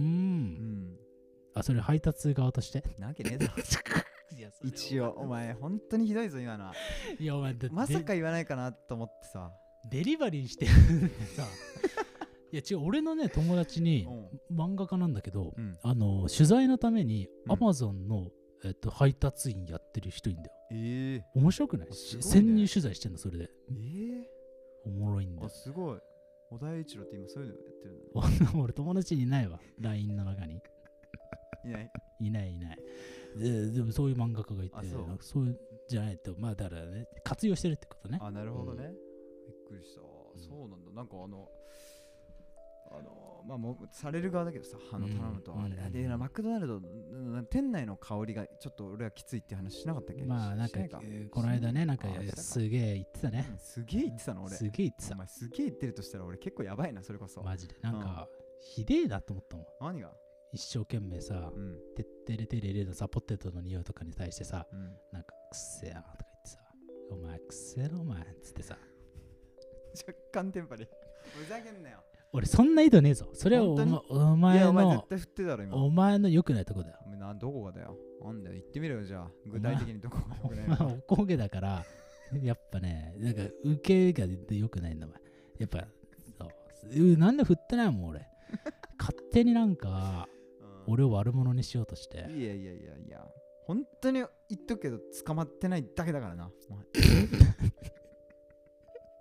あ、それ配達側として？ なわけねえだろ。一応お前本当にひどいぞ今のは。 いやお前まさか言わないかなと思ってさ。 デリバリーしてるってさ。いや違う、俺のね友達に漫画家なんだけど、取材のために Amazon の配達員やってる人いんだよ。面白くない？潜入取材してんのそれで。おもろいんだよ。 すごい。小田栄一郎って今そういうのやってるんだ。 俺友達にいないわ、 LINE の中に。いない。でもそういう漫画家がいて、そういうじゃないと、まあだからね、活用してるってことね。 あ、なるほどね。びっくりした。そうなんだ。なんかまあもうされる側だけどさ、頼むとあれで、マクドナルド店内の香りがちょっと俺はきついって話しなかったっけ？ まあなんかこの間ね、なんかすげえ言ってたね。 すげえ言ってたの俺。 すげえ言ってた。 お前すげえ言ってるとしたら俺結構やばいな、それこそ。 マジでなんかひでえなと思ったもん。 何が？ 一生懸命さ、てってれてれれのさ、ポテトの匂いとかに対してさ、なんかくっせえなとか言ってさ、お前くっせえなお前っつってさ、 若干テンパリ。ふざけんなよ。 俺そんな意図ねえぞ。それはお前の絶対振ってたろ今。 お前の良くないとこだよ。 どこがだよ。なんだよ、言ってみろよじゃあ。具体的にどこが良くないの？ お前おこげだからやっぱね、なんか受けが良くないんだお前。やっぱそうなんで振ってないもん俺。勝手になんか俺を悪者にしようとして。 いや本当に言っとくけど捕まってないだけだからな。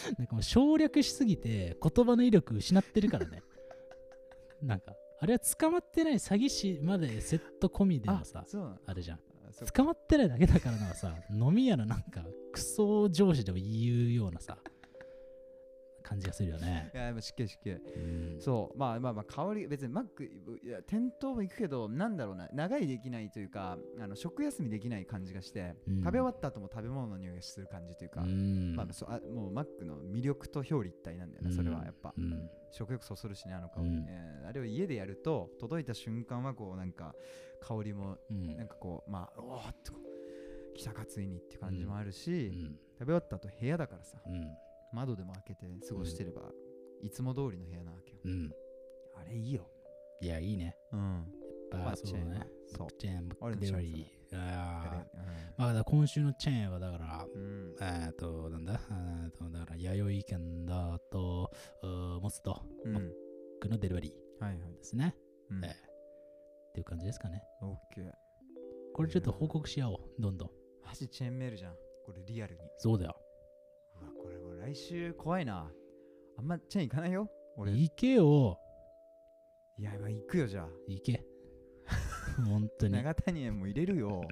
なんかもう省略しすぎて言葉の威力失ってるからね。なんかあれは捕まってない詐欺師までセット込みでもさ、あれじゃん。捕まってないだけだからのはさ、飲み屋のなんかクソ上司でも言うようなさ感じがするよね。 いや、しっけりしっけり。そう、まあ香り、別にマック、いや店頭も行くけど、なんだろうな、長いできないというか、食休みできない感じがして、食べ終わった後も食べ物の匂いがする感じというか、もうマックの魅力と表裏一体なんだよね、それはやっぱ。食欲そそるしね、あの香り。あれを家でやると、届いた瞬間はこう、なんか香りも、なんかこう、おーって来たかついにっていう感じもあるし、食べ終わった後部屋だからさ。窓でも開けて過ごしてれば、いつも通りの部屋なわけよ。あれいいよ。 いや、いいね。やっぱそうね。チェーン、マックデリー。まあ、今週のチェーンはだから、なんだ、だから弥生県だと、モスと、マックのデリバリーですね。っていう感じですかね。 オッケー。 これちょっと報告し合おう、どんどん。 マジチェーンメールじゃん。これリアルに。 そうだよ。 うわ、これも来週怖いな。あんまチェーン行かないよ。俺。 行けよ。 いや、行くよ、じゃあ。 行け。本当に。 長谷園も入れるよ。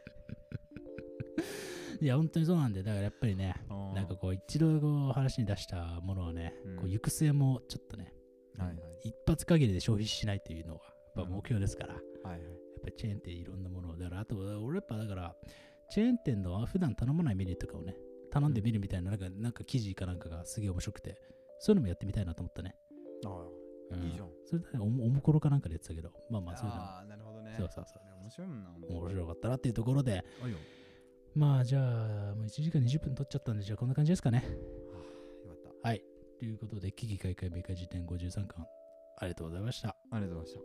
いや、本当にそうなんで、だからやっぱりね、なんかこう、一度こう話に出したものはね、こう行く末もちょっとね、一発限りで消費しないというのが、やっぱ目標ですから、やっぱりチェーン店いろんなものを、だからあと、俺やっぱだから、チェーン店の普段頼まないメニューとかをね、頼んでみるみたいな、なんか記事かなんかがすげえ面白くて、そういうのもやってみたいなと思ったね。 いいじゃん。 それでおもころかなんかでやってたけど、まあそういうの。 なるほどね。 そう。 面白いもんな。 面白かったなっていうところで、まあじゃあ、もう1時間20分取っちゃったんで、じゃあこんな感じですかね。 よかった。 はい。ということで、危機開会明快辞典53巻、ありがとうございました。 ありがとうございました。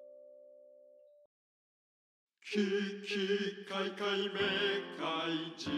危機開会明快辞